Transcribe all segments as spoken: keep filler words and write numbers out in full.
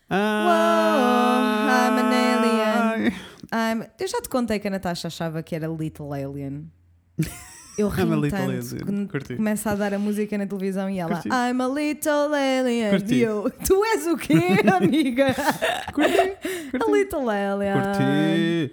Ah, Whoa, I'm an alien. I'm... Eu já te contei que a Natasha achava que era Little Alien. Eu ri tanto quando Curti. Começa a dar a música na televisão e ela Curti. I'm a little alien. Curti. E eu, tu és o quê, amiga? Curti. Curti. A little alien. Curti.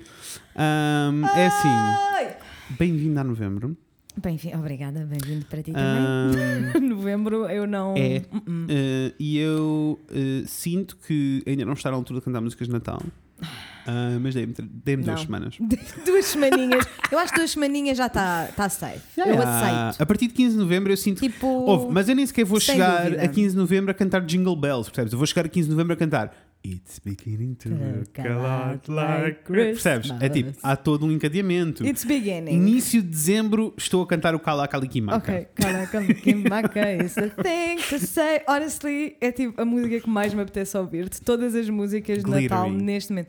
Um, é assim, bem-vindo a novembro. Bem-vindo, obrigada, bem-vindo para ti também. Um, novembro eu não... É, uh -uh. Uh, e eu uh, sinto que ainda não está na altura de cantar músicas de Natal. Uh, mas dei-me dei duas semanas. Duas semaninhas. Eu acho que duas semaninhas já está tá safe. Yeah, eu yeah. aceito. A partir de quinze de novembro eu sinto tipo, ouve, mas eu nem sequer vou chegar dúvida. a quinze de novembro a cantar Jingle Bells, percebes? Eu vou chegar a quinze de novembro a cantar It's beginning to look a lot like Christmas. Percebes? É tipo, há todo um encadeamento. It's beginning. Início de dezembro estou a cantar o Kala Kalikimaka. Ok, Kala Kalikimaka is a thing to say. Honestly, é tipo a música que mais me apetece ouvir de todas as músicas de Glittery. Natal neste momento.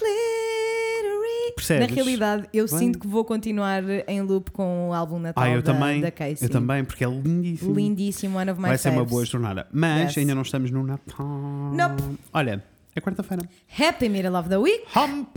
Glittery. Percebes? Na realidade, eu Bem. sinto que vou continuar em loop com o álbum Natal ah, eu da, também, da Casey. Eu também, porque é lindíssimo. Lindíssimo, one of my Vai faves. ser uma boa jornada. Mas yes. ainda não estamos no Natal. Nope. Olha, é quarta-feira. Happy Middle of the Week. Hump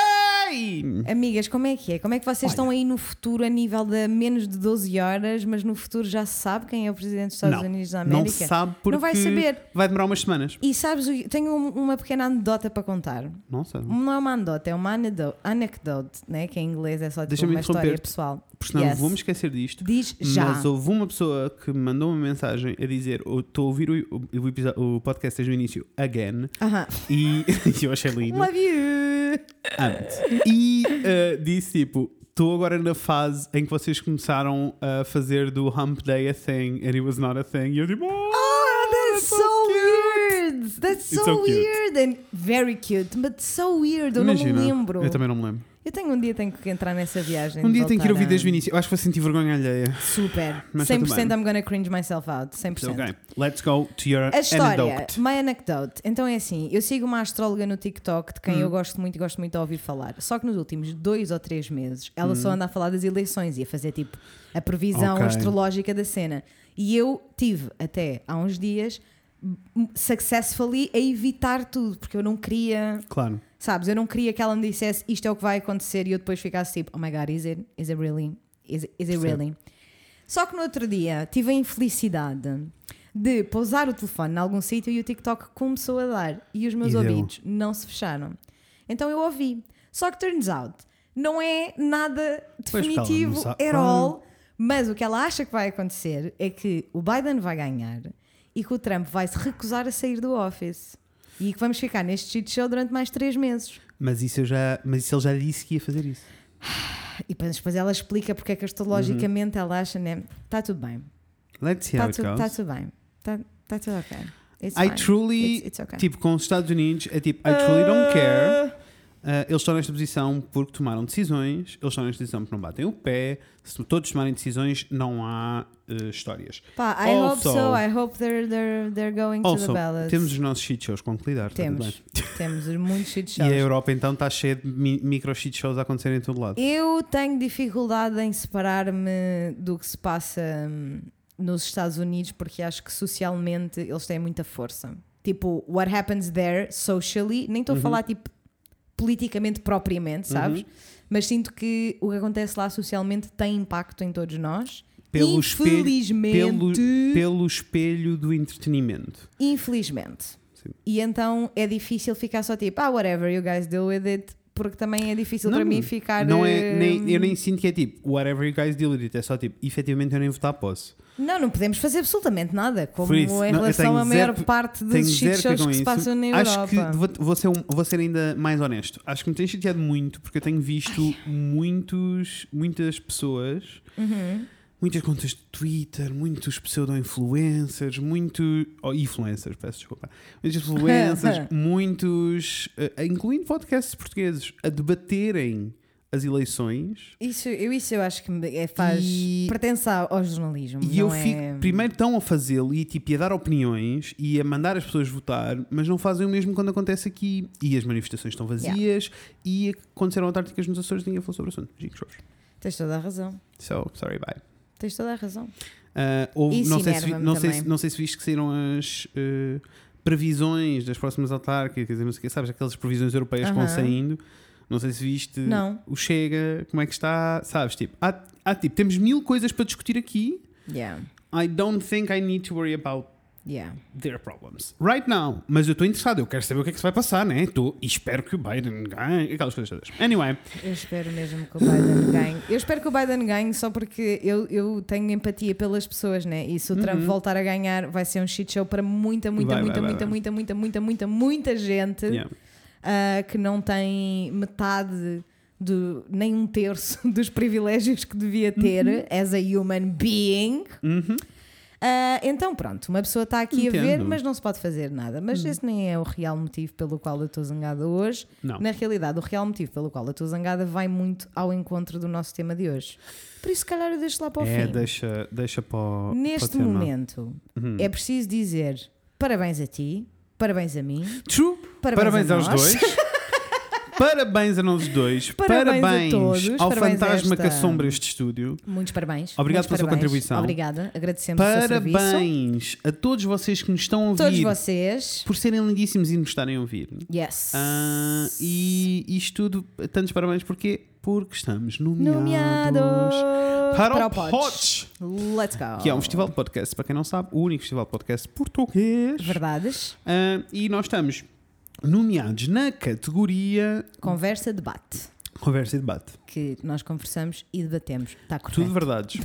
Day! Amigas, como é que é? Como é que vocês Olha. estão aí no futuro a nível de menos de doze horas, mas no futuro já se sabe quem é o Presidente dos Estados não, Unidos da América? Não se sabe porque não vai saber. Vai demorar umas semanas. E sabes, tenho uma pequena anedota para contar. Nossa. Não é uma anedota, é uma anecdote, né? Que em inglês é só tipo uma história pessoal. Porque senão yes. vou-me esquecer disto. Diz já. Mas houve uma pessoa que me mandou uma mensagem a dizer: estou a ouvir o, o, episódio, o podcast desde o início, again. Uh-huh. E eu achei lindo. Love you! Amo-te. E uh, disse tipo: estou agora na fase em que vocês começaram a fazer do Hump Day a thing and it was not a thing. E eu tipo: oh, oh that's so, so weird! That's so, so weird and very cute, but so weird. Eu Imagina, não me lembro. Eu também não me lembro. Eu tenho um dia tenho que entrar nessa viagem. Um dia tenho que ir ouvir desde o início. Eu acho que vou sentir vergonha alheia. Super. Mas cem por cento I'm gonna cringe myself out. cem por cento. Ok. Let's go to your A história, anecdote. My anecdote. Então é assim, eu sigo uma astróloga no TikTok de quem hum. eu gosto muito e gosto muito de ouvir falar. Só que nos últimos dois ou três meses ela hum. só anda a falar das eleições e a fazer tipo a previsão okay. astrológica da cena. E eu tive até há uns dias successfully a evitar tudo, porque eu não queria... Claro. Sabes, eu não queria que ela me dissesse isto é o que vai acontecer e eu depois ficasse tipo, oh my god, is it, is it really? Is it, is it really? Só que no outro dia tive a infelicidade de pousar o telefone em algum sítio e o TikTok começou a dar e os meus e ouvidos deu. não se fecharam. Então eu ouvi. Só que turns out, não é nada definitivo at all, mas o que ela acha que vai acontecer é que o Biden vai ganhar e que o Trump vai se recusar a sair do office. E que vamos ficar neste shit show durante mais três meses. Mas isso, eu já, mas isso ele já disse que ia fazer isso. E depois ela explica porque é que astrologicamente uhum. ela acha, né? Está tudo bem. Let's see how it goes. Está tudo bem. Está tá tudo ok. It's I fine. truly, it's, it's okay. tipo, com os Estados Unidos, é tipo, I truly uh... don't care. Uh, eles estão nesta posição porque tomaram decisões, eles estão nesta posição porque não batem o pé. Se todos tomarem decisões, não há uh, histórias. Pá, I also, hope so. I hope they're, they're, they're going also, to the ballots. Temos os nossos shit shows com que lidar. Temos, temos muitos shit shows. E a Europa então está cheia de mi micro shit shows a acontecerem em todo lado. Eu tenho dificuldade em separar-me do que se passa hum, nos Estados Unidos porque acho que socialmente eles têm muita força. Tipo, what happens there socially, nem estou uhum. a falar tipo politicamente propriamente, sabes? Uhum. Mas sinto que o que acontece lá socialmente tem impacto em todos nós. Pelo Infelizmente. Espelho, pelo, pelo espelho do entretenimento. Infelizmente. Sim. E então é difícil ficar só tipo, ah, whatever, you guys deal with it. Porque também é difícil não, para mim ficar... Não é, nem, eu nem sinto que é tipo, whatever you guys deal with it. É só tipo, efetivamente eu nem votar posso. Não, não podemos fazer absolutamente nada. Como isso, em não, relação à maior zero, parte dos shit shows que, que se passam na Europa. Acho que vou, vou, ser um, vou ser ainda mais honesto. Acho que me tem chateado muito porque eu tenho visto muitos, muitas pessoas, uhum. muitas contas de Twitter, muitos pseudo-influencers, muitos... Oh, influencers, peço desculpa. Muitos influencers, muitos... Uh, incluindo podcasts portugueses, a debaterem as eleições. Isso eu, isso eu acho que é, faz e, pertence ao jornalismo. E não eu é... fico, primeiro estão a fazê-lo e, tipo, a dar opiniões e a mandar as pessoas votar, mas não fazem o mesmo quando acontece aqui. E as manifestações estão vazias yeah. e aconteceram autárquicas nos Açores e ninguém falou sobre o assunto. Tens toda a razão. So, sorry, bye. Tens toda a razão. Uh, houve, não, sei se, não, sei, não sei se viste que saíram as... Uh, previsões das próximas autárquicas, não sei o que, sabes, aquelas previsões europeias que vão Aham. saindo. Não sei se viste Não. o Chega, como é que está, sabes? Tipo, há, há, tipo, temos mil coisas para discutir aqui. Yeah. I don't think I need to worry about Yeah. their problems right now. Mas eu estou interessado, eu quero saber o que é que se vai passar, né? Estou e espero que o Biden ganhe, aquelas coisas todas. Anyway, Eu espero mesmo que o Biden ganhe. Eu espero que o Biden ganhe só porque eu, eu tenho empatia pelas pessoas, né? E se o Trump Uhum. voltar a ganhar, vai ser um shit show para muita, muita, Vai, muita, vai, muita, vai, muita, muita, muita, muita, muita gente yeah. ah, que não tem metade do, nem um terço dos privilégios que devia ter Uhum. as a human being. Uhum. Ah, então pronto, uma pessoa está aqui Entendo. a ver, mas não se pode fazer nada. Mas Hum. esse nem é o real motivo pelo qual eu estou zangada hoje. Não. Na realidade, o real motivo pelo qual eu estou zangada vai muito ao encontro do nosso tema de hoje. Por isso, se calhar, eu deixo lá para o É, fim. deixa, deixa para o Neste para o tema. momento, Uhum. é preciso dizer parabéns a ti, parabéns a mim, True. parabéns, Parabéns a aos nós. dois. Parabéns a nós dois. Parabéns a Parabéns todos. ao Parabéns a fantasma que esta- assombra este estúdio. Muitos parabéns. Obrigado muitos pela sua parabéns. contribuição. Obrigada, agradecemos o seu serviço. Parabéns a todos vocês que nos estão a ouvir Todos vocês. por serem lindíssimos e nos estarem a ouvir. Yes. Ah, e isto tudo, tantos parabéns porque Porque estamos nomeados, Nomeados para, o o Pods. Pods, Let's go. que é um festival de podcast, para quem não sabe, o único festival de podcast português. Verdades. Ah, e nós estamos nomeados na categoria Conversa, debate. Conversa e Debate. Que nós conversamos e debatemos. Está correto. Tudo verdades.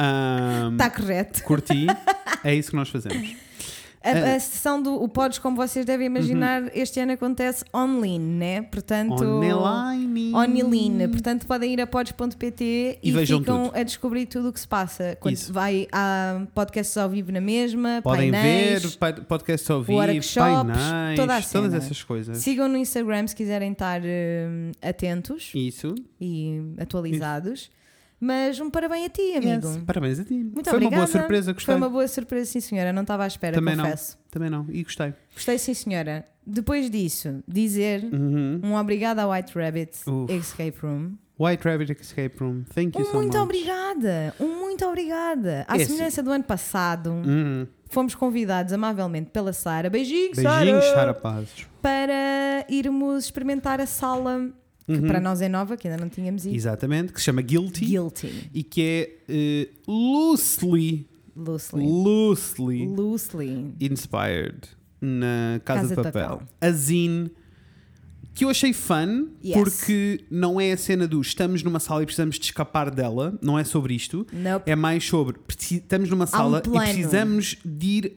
Ah, Está correto. curti, é isso que nós fazemos. A, a sessão do o Pods, como vocês devem imaginar, Uhum. este ano acontece online, né? Portanto, Online. online. Portanto, podem ir a pods ponto pt E e, vejam ficam tudo. a descobrir tudo o que se passa. Quando Isso. vai a podcasts ao vivo na mesma, Podem painéis, ver, pa- podcast ao vivo, workshops, painéis, toda a todas cena. essas coisas. Sigam no Instagram se quiserem estar hum, atentos Isso. e atualizados. Mas um parabéns a ti, amigo. Yes. Parabéns a ti. Muito Foi obrigada. uma boa surpresa, gostei. Foi uma boa surpresa, sim senhora. Não estava à espera, Também confesso. não. Também não. E gostei. Gostei, sim senhora. Depois disso, dizer Uhum. um obrigado ao White Rabbit Uf. Escape Room. White Rabbit Escape Room. Thank you Um so muito much. obrigada. Um muito obrigada. À É semelhança do ano passado, Uhum. fomos convidados amavelmente pela Sara. Beijinhos, Beijinhos, Sara! Sara Pazes. Para irmos experimentar a sala, que Uhum. para nós é nova, que ainda não tínhamos ido. Exatamente, que se chama Guilty. Guilty. E que é eh, loosely, Loosely. loosely Loosely. inspired na Casa, Casa de de Papel. Papel. A zine que eu achei fun, Yes. porque não é a cena do estamos numa sala e precisamos de escapar dela, não é sobre isto. Nope. É mais sobre preci- estamos numa um sala e plano. precisamos de ir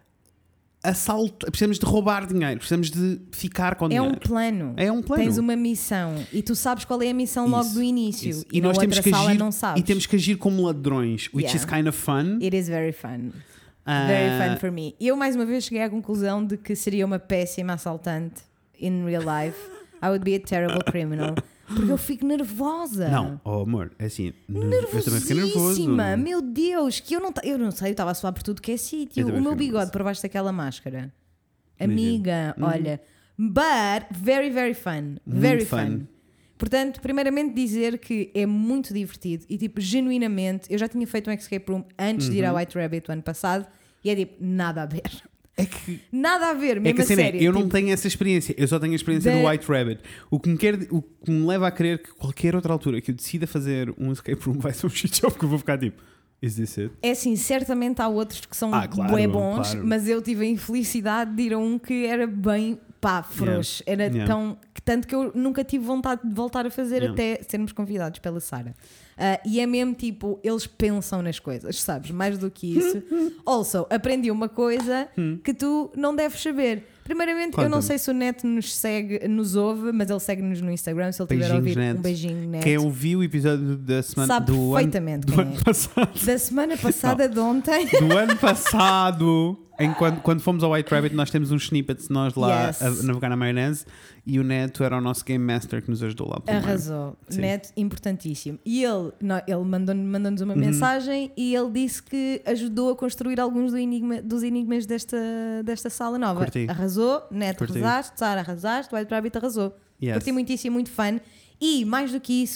assalto, precisamos de roubar dinheiro, precisamos de ficar com É dinheiro. um plano. É um plano. Tens uma missão e tu sabes qual é a missão logo Isso, do início. Isso. E, E, nós na temos outra que sala agir não sabes. e temos que agir como ladrões, which Yeah. is kind of fun. It is very fun. Ah, Very fun for me. Eu mais uma vez cheguei à conclusão de que seria uma péssima assaltante in real life. I would be a terrible criminal. Porque eu fico nervosa. Não, oh amor, é assim, eu também fiquei nervoso. Nervosíssima. Meu Deus, que eu não, ta- eu não sei, eu estava a suar por tudo que é Eu sítio. também O meu fiquei bigode nervosa. por baixo daquela máscara. Imagino. Amiga, Uhum. olha. But very, very fun. Very Muito fun. fun. Portanto, primeiramente dizer que é muito divertido e tipo, genuinamente, eu já tinha feito um escape room antes de ir Uhum. ao White Rabbit o ano passado e é tipo, nada a ver. É que, Nada a ver, é mesmo que a a cena é, sério. eu não tipo, tenho essa experiência, eu só tenho a experiência Da- do White Rabbit. O que, me quer, o que me leva a crer que qualquer outra altura que eu decida fazer um escape room vai ser um shit show, porque eu vou ficar tipo, is this it? É assim, certamente há outros que são Ah, claro, bué bons, claro. mas eu tive a infelicidade de ir a um que era bem pá, frouxo. Era Yeah. tão. Que tanto que eu nunca tive vontade de voltar a fazer Yeah. até sermos convidados pela Sara. Ah, e é mesmo tipo, eles pensam nas coisas, sabes? Mais do que isso. Also, aprendi uma coisa que tu não deves saber. Primeiramente, eu não Conta-me. sei se o Neto nos segue, nos ouve, mas ele segue-nos no Instagram. Se ele tiver a Beijinhos, ouvir, Neto. um beijinho, Neto. Quem ouviu o episódio da semana Sabe do ano, perfeitamente do quem ano é. passado, Da semana passada de ontem. do ano passado, em quando, quando fomos ao White Rabbit, nós temos uns snippets de nós lá Yes. a navegar na maionese e o Neto era o nosso Game Master que nos ajudou lá. primeiro. Arrasou, Sim. Neto, importantíssimo. E ele, não, ele mandou-nos mandou uma Uhum. mensagem e ele disse que ajudou a construir alguns do enigma, dos enigmas desta, desta sala nova. Curti. Arrasou, Neto, Curti. arrasaste, Sara, arrasaste, White Rabbit arrasou. Yes. Curti muitíssimo, muito fun. E mais do que isso,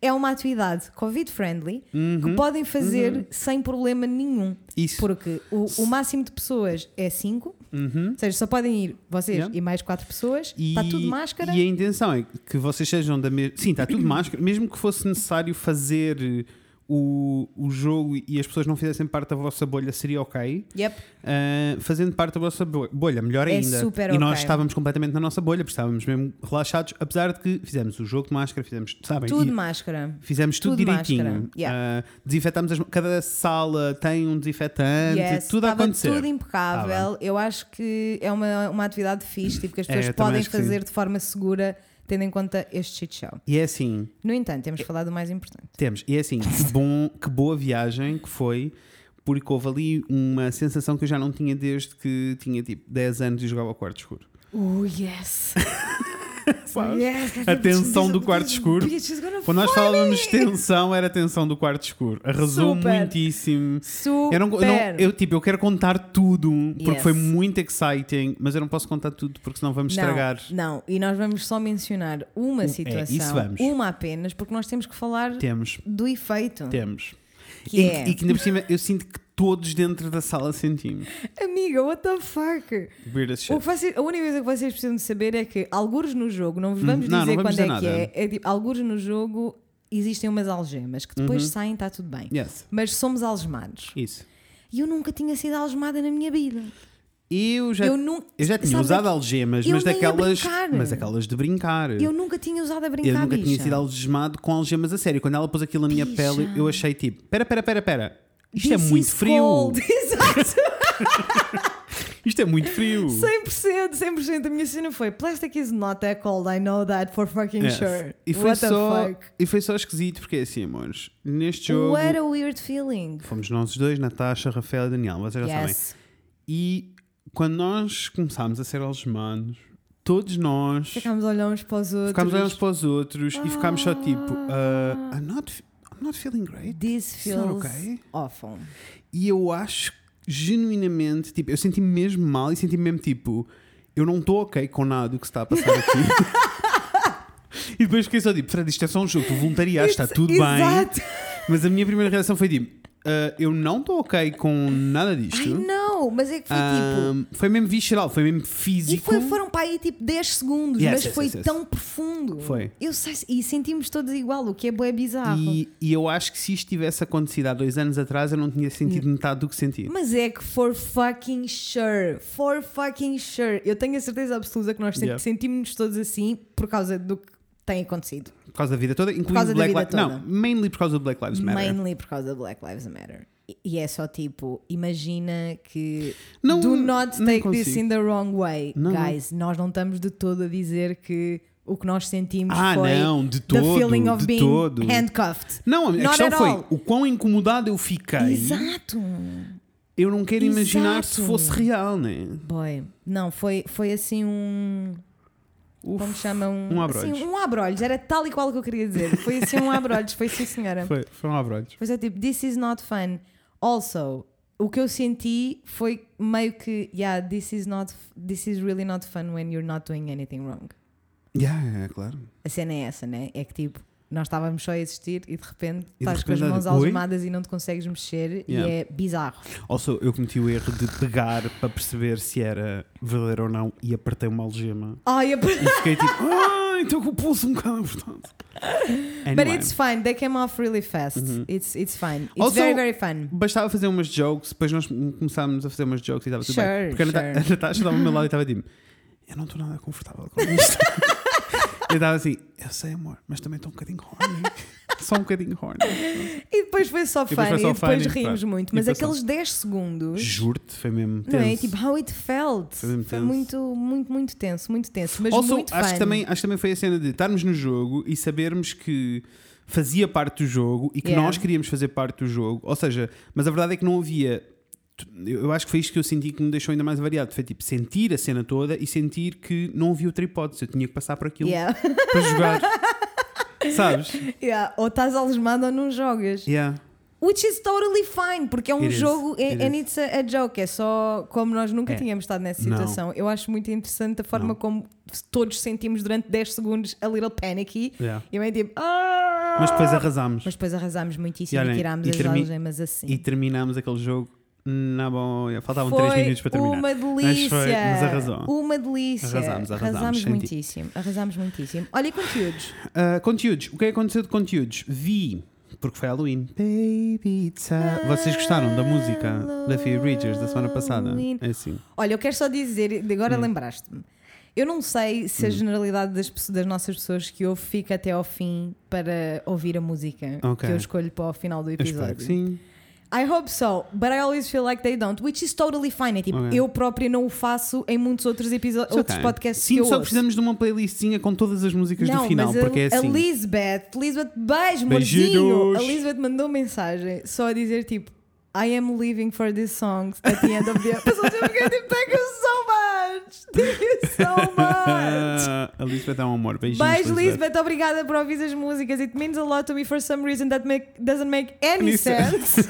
é uma atividade Covid-friendly Uhum. que podem fazer Uhum. sem problema nenhum. Isso. Porque o, o máximo de pessoas é cinco, Uhum. ou seja, só podem ir vocês Yeah. e mais quatro pessoas, E, está tudo de máscara. e a intenção é que vocês sejam da mesma. Sim, está tudo de máscara. Mesmo que fosse necessário fazer o, o jogo e as pessoas não fizessem parte da vossa bolha, seria ok. Yep. Uh, fazendo parte da vossa bo- bolha, melhor É ainda. super e nós ok. estávamos completamente na nossa bolha, porque estávamos mesmo relaxados, apesar de que fizemos o jogo de máscara, fizemos, sabem? Tudo E de máscara. fizemos tudo, tudo de direitinho. máscara. Yeah. Uh, desinfetámos as, cada sala tem um desinfetante, Yes, tudo a estava acontecer. tudo impecável. Eu acho que é uma, uma atividade fixe, tipo, que as É, pessoas eu também podem acho que fazer sim. de forma segura, tendo em conta este shit show. E é assim, No entanto, temos de falar do mais importante. temos, e é assim, que, bom, que boa viagem que foi, porque houve ali uma sensação que eu já não tinha desde que tinha tipo dez anos e jogava ao quarto escuro. Oh, yes! yes. A tensão do quarto escuro. Quando nós falávamos de tensão, era a tensão do quarto escuro. Arrasou Super. muitíssimo. Super! Eu, não, eu, não, eu, tipo, eu quero contar tudo porque Yes. foi muito exciting, mas eu não posso contar tudo porque senão vamos estragar. Não, não, e nós vamos só mencionar uma É, situação, isso vamos. uma apenas, porque nós temos que falar Temos, do efeito. temos. Que e, é- e que ainda por cima eu sinto que todos dentro da sala sentimos. Amiga, what the fuck? Weird as O shit. que vocês- a única coisa que vocês precisam de saber é que, algures no jogo, não vos vamos Não, não dizer vamos quando dizer é que nada. é, é tipo, algures no jogo existem umas algemas que depois Uhum. saem, está tudo bem. Yes, Mas somos algemados. isso. E eu nunca tinha sido algemada na minha vida. Eu já, eu, eu, nu- já tinha sabe, usado algemas, eu mas nem a daquelas, brincar. mas aquelas de brincar. Eu nunca tinha usado a brincar, Eu nunca bicha. tinha sido algemado com algemas a sério. Quando ela pôs aquilo na minha Bicha. pele, eu achei tipo: pera, pera, pera, pera. Isto This é muito is frio. cold. Exato. Isto é muito frio. cem por cento, cem por cento. A minha cena foi Plastic is not that cold, I know that for fucking Yes. sure. E foi, What the só, fuck? e foi só esquisito porque é assim, amores. Neste jogo What a weird feeling. fomos nós os dois, Natasha, Rafael e Daniel, vocês já sabem. Yes. E quando nós começámos a ser algemados, todos nós Ficámos a olhar uns para os outros. ficámos a olhar uns para os outros e ficámos só tipo: Ah. uh, I'm, not, I'm not feeling great. This It's not feels okay. awful. E eu acho genuinamente, tipo, eu senti-me mesmo mal e senti-me mesmo tipo, eu não estou ok com nada do que se está a passar aqui. E depois fiquei só tipo, Fred, isto é só um jogo, tu voluntariaste, está tudo Exato. bem. Mas a minha primeira reação foi tipo, "Ah, eu não estou ok com nada disto. I know, mas é que foi tipo. Ahm, foi mesmo visceral, foi mesmo E físico. foi, foram para aí tipo dez segundos, Yes, mas yes, foi yes, yes. tão profundo. Foi. Eu sei, e sentimos todos igual, o que é bué bizarro. E, e eu acho que se isto tivesse acontecido há dois anos atrás, eu não tinha sentido metade do que senti. Mas é que for fucking sure, for fucking sure, eu tenho a certeza absoluta que nós Yeah. sentimos-nos todos assim por causa do que tem acontecido. Por causa da vida toda, incluindo causa da Black vida Lives toda. Não, mainly por causa do Black Lives Matter. Mainly por causa do Black Lives Matter. E- E é só tipo, imagina que Não, do not não take this consigo. in the wrong way. Não, não. Guys, nós não estamos de todo a dizer que o que nós sentimos Ah, foi não, de the todo, feeling of de being todo. handcuffed. Não, a Not questão at foi all. o quão incomodado eu fiquei. Exato. Eu não quero imaginar se Exato. fosse real, né? Boy, não, foi, foi assim um... Uf, Como chama? Um, um abrolhos. assim, um abrolhos, era tal e qual o que eu queria dizer. Foi assim um abrolhos, foi sim senhora. Foi, foi um abrolhos. Foi só tipo, this is not fun. Also, o que eu senti foi meio que, yeah, this is not, this is really not fun when you're not doing anything wrong. Yeah, é claro. A cena é essa, né? É que tipo, nós estávamos só a existir e de repente E de estás com as repente, mãos oi? algemadas e não te consegues mexer Yeah. e é bizarro. Also, eu cometi o erro de pegar para perceber se era verdadeiro ou não e apertei uma algema. Ai, eu... E fiquei tipo, ah, então com o pulso um bocado apertado. But Anyway, it's fine, they came off really fast. Uhum. It's, it's fine. It's Also, very, very fun. bastava fazer umas jokes, depois nós começámos a fazer umas jokes e estava tudo Sure, bem. Porque a Nata- sure. a Natasha estava ao meu lado e estava tipo, eu não estou nada confortável com isto. Eu estava assim, eu sei amor, mas também estou um bocadinho horny. Só um bocadinho horny. E depois foi só depois funny, foi só e depois funny, rimos pronto. muito. E Mas passou. aqueles dez segundos, Juro-te, foi mesmo não é? tenso. Tipo, how it felt. Foi mesmo Foi tenso. muito, muito, muito tenso, muito tenso. Mas Also, muito acho, fun. que também, acho que também foi a cena de estarmos no jogo e sabermos que fazia parte do jogo e que Yeah. nós queríamos fazer parte do jogo. Ou seja, mas a verdade é que não havia. Eu acho que foi isto que eu senti que me deixou ainda mais variado. Foi tipo sentir a cena toda e sentir que não havia outra hipótese. Eu tinha que passar por aquilo Yeah. para jogar. Sabes? Yeah. Ou estás algemado ou não jogas. Yeah. Which is totally fine, porque é um It is, jogo it and is. it's a, a joke. É só como nós nunca É. tínhamos estado nessa Não. situação. Eu acho muito interessante a forma Não. como todos sentimos durante dez segundos a little panicky. Yeah. E eu é tipo, ah! Mas depois arrasámos. Mas depois arrasámos muitíssimo E e, olhem, tirámos e as termi- algemas assim. E terminámos aquele jogo na boa. Faltavam Foi três minutos para terminar. uma delícia. Mas, foi, mas arrasou. Uma delícia. Arrasámos, arrasámos, Arrasámos senti. muitíssimo. Arrasámos muitíssimo. Olha, e conteúdos? Uh, conteúdos. O que é que aconteceu de conteúdos? Vi, porque foi Halloween. Baby, it's a... Vocês gostaram da música da Phoebe Bridgers da semana passada? Halloween. É assim. Olha, eu quero só dizer, de agora Hum. lembraste-me. Eu não sei se a generalidade das, pessoas- das nossas pessoas que ouvem fica até ao fim para ouvir a música Ok. que eu escolho para o final do Eu espero episódio. que sim. I hope so, but I always feel like they don't, which is totally fine. É tipo, Ok. eu própria não o faço em muitos outros episódios, It's outros okay. podcasts Sim, que eu só ouço. precisamos de uma playlistinha com todas as músicas Não, do final, mas a, porque é assim. a Lisbeth, Lisbeth, beijo, Beijinhos. amorzinho. A Lisbeth mandou mensagem só a dizer tipo, I am living for these songs at the end of the episode. Eu fiquei tipo, thank you so much, thank you so much. A Lisbeth é um amor. Beijinhos, Beijo, Lisbeth, obrigada por ouvir as músicas. It means a lot to me for some reason that make, doesn't make any Any sense.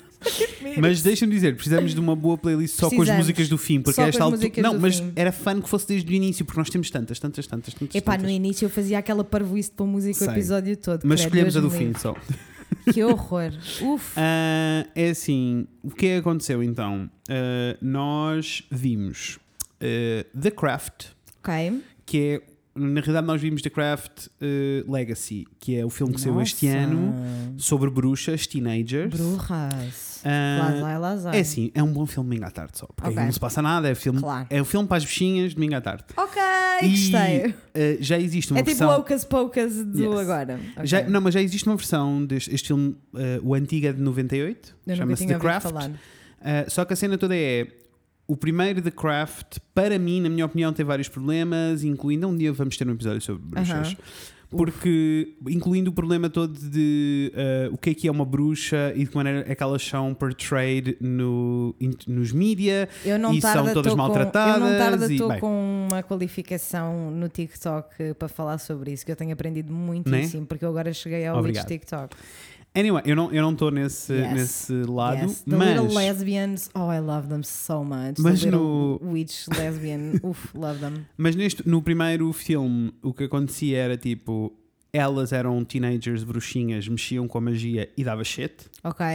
Mas deixa-me dizer, precisamos de uma boa playlist só com as Precisamos. músicas do fim, porque Só com esta as altura. músicas Não, do mas fim. era fun que fosse desde o início, porque nós temos tantas, tantas, tantas, tantas. Epá, tantas. no início eu fazia aquela parvoíce de pôr música o Sei. episódio todo. Mas credo, escolhemos a Deus do me fim livre. só. Que horror. Uf. Ah, é assim, o que é que aconteceu então? Ah, nós vimos ah, The Craft, Ok. que é, na realidade nós vimos The Craft ah, Legacy, que é o filme que saiu este Nossa. ano sobre bruxas, teenagers. Brujas. Ah, Lazai, lazai. é assim, é um bom filme domingo à tarde só, porque aí Ok. não se passa nada, é, filme, Claro. é um filme para as bichinhas domingo à tarde. Ok, E, gostei. ah, já existe uma É tipo versão... Hocus Pocus do Yes. agora. Ok. Já, não, mas já existe uma versão deste este filme, ah, o antigo é de noventa e oito, Eu nunca chama-se tinha The ouvido Craft. falar. Uh, só que a cena toda é o primeiro The Craft, para mim, na minha opinião, tem vários problemas, incluindo um dia vamos ter um episódio sobre bruxas. Aham. Porque, incluindo o problema todo de uh, o que é que é uma bruxa e de que maneira é que elas são portrayed no, in- nos mídia. Eu não E são tarda todas tô com- maltratadas Eu não tarda e, estou bem. com uma qualificação no TikTok para falar sobre isso, que eu tenho aprendido muitíssimo, porque eu agora cheguei ao Obrigado. Witch TikTok. Anyway, eu não estou eu não tô nesse, Yes. nesse lado, Yes. The mas, little lesbians, oh, I love them so much. Mas The little no- witch lesbian, uff, love them. mas neste, no primeiro filme o que acontecia era tipo, elas eram teenagers bruxinhas, mexiam com a magia e dava shit. Ok.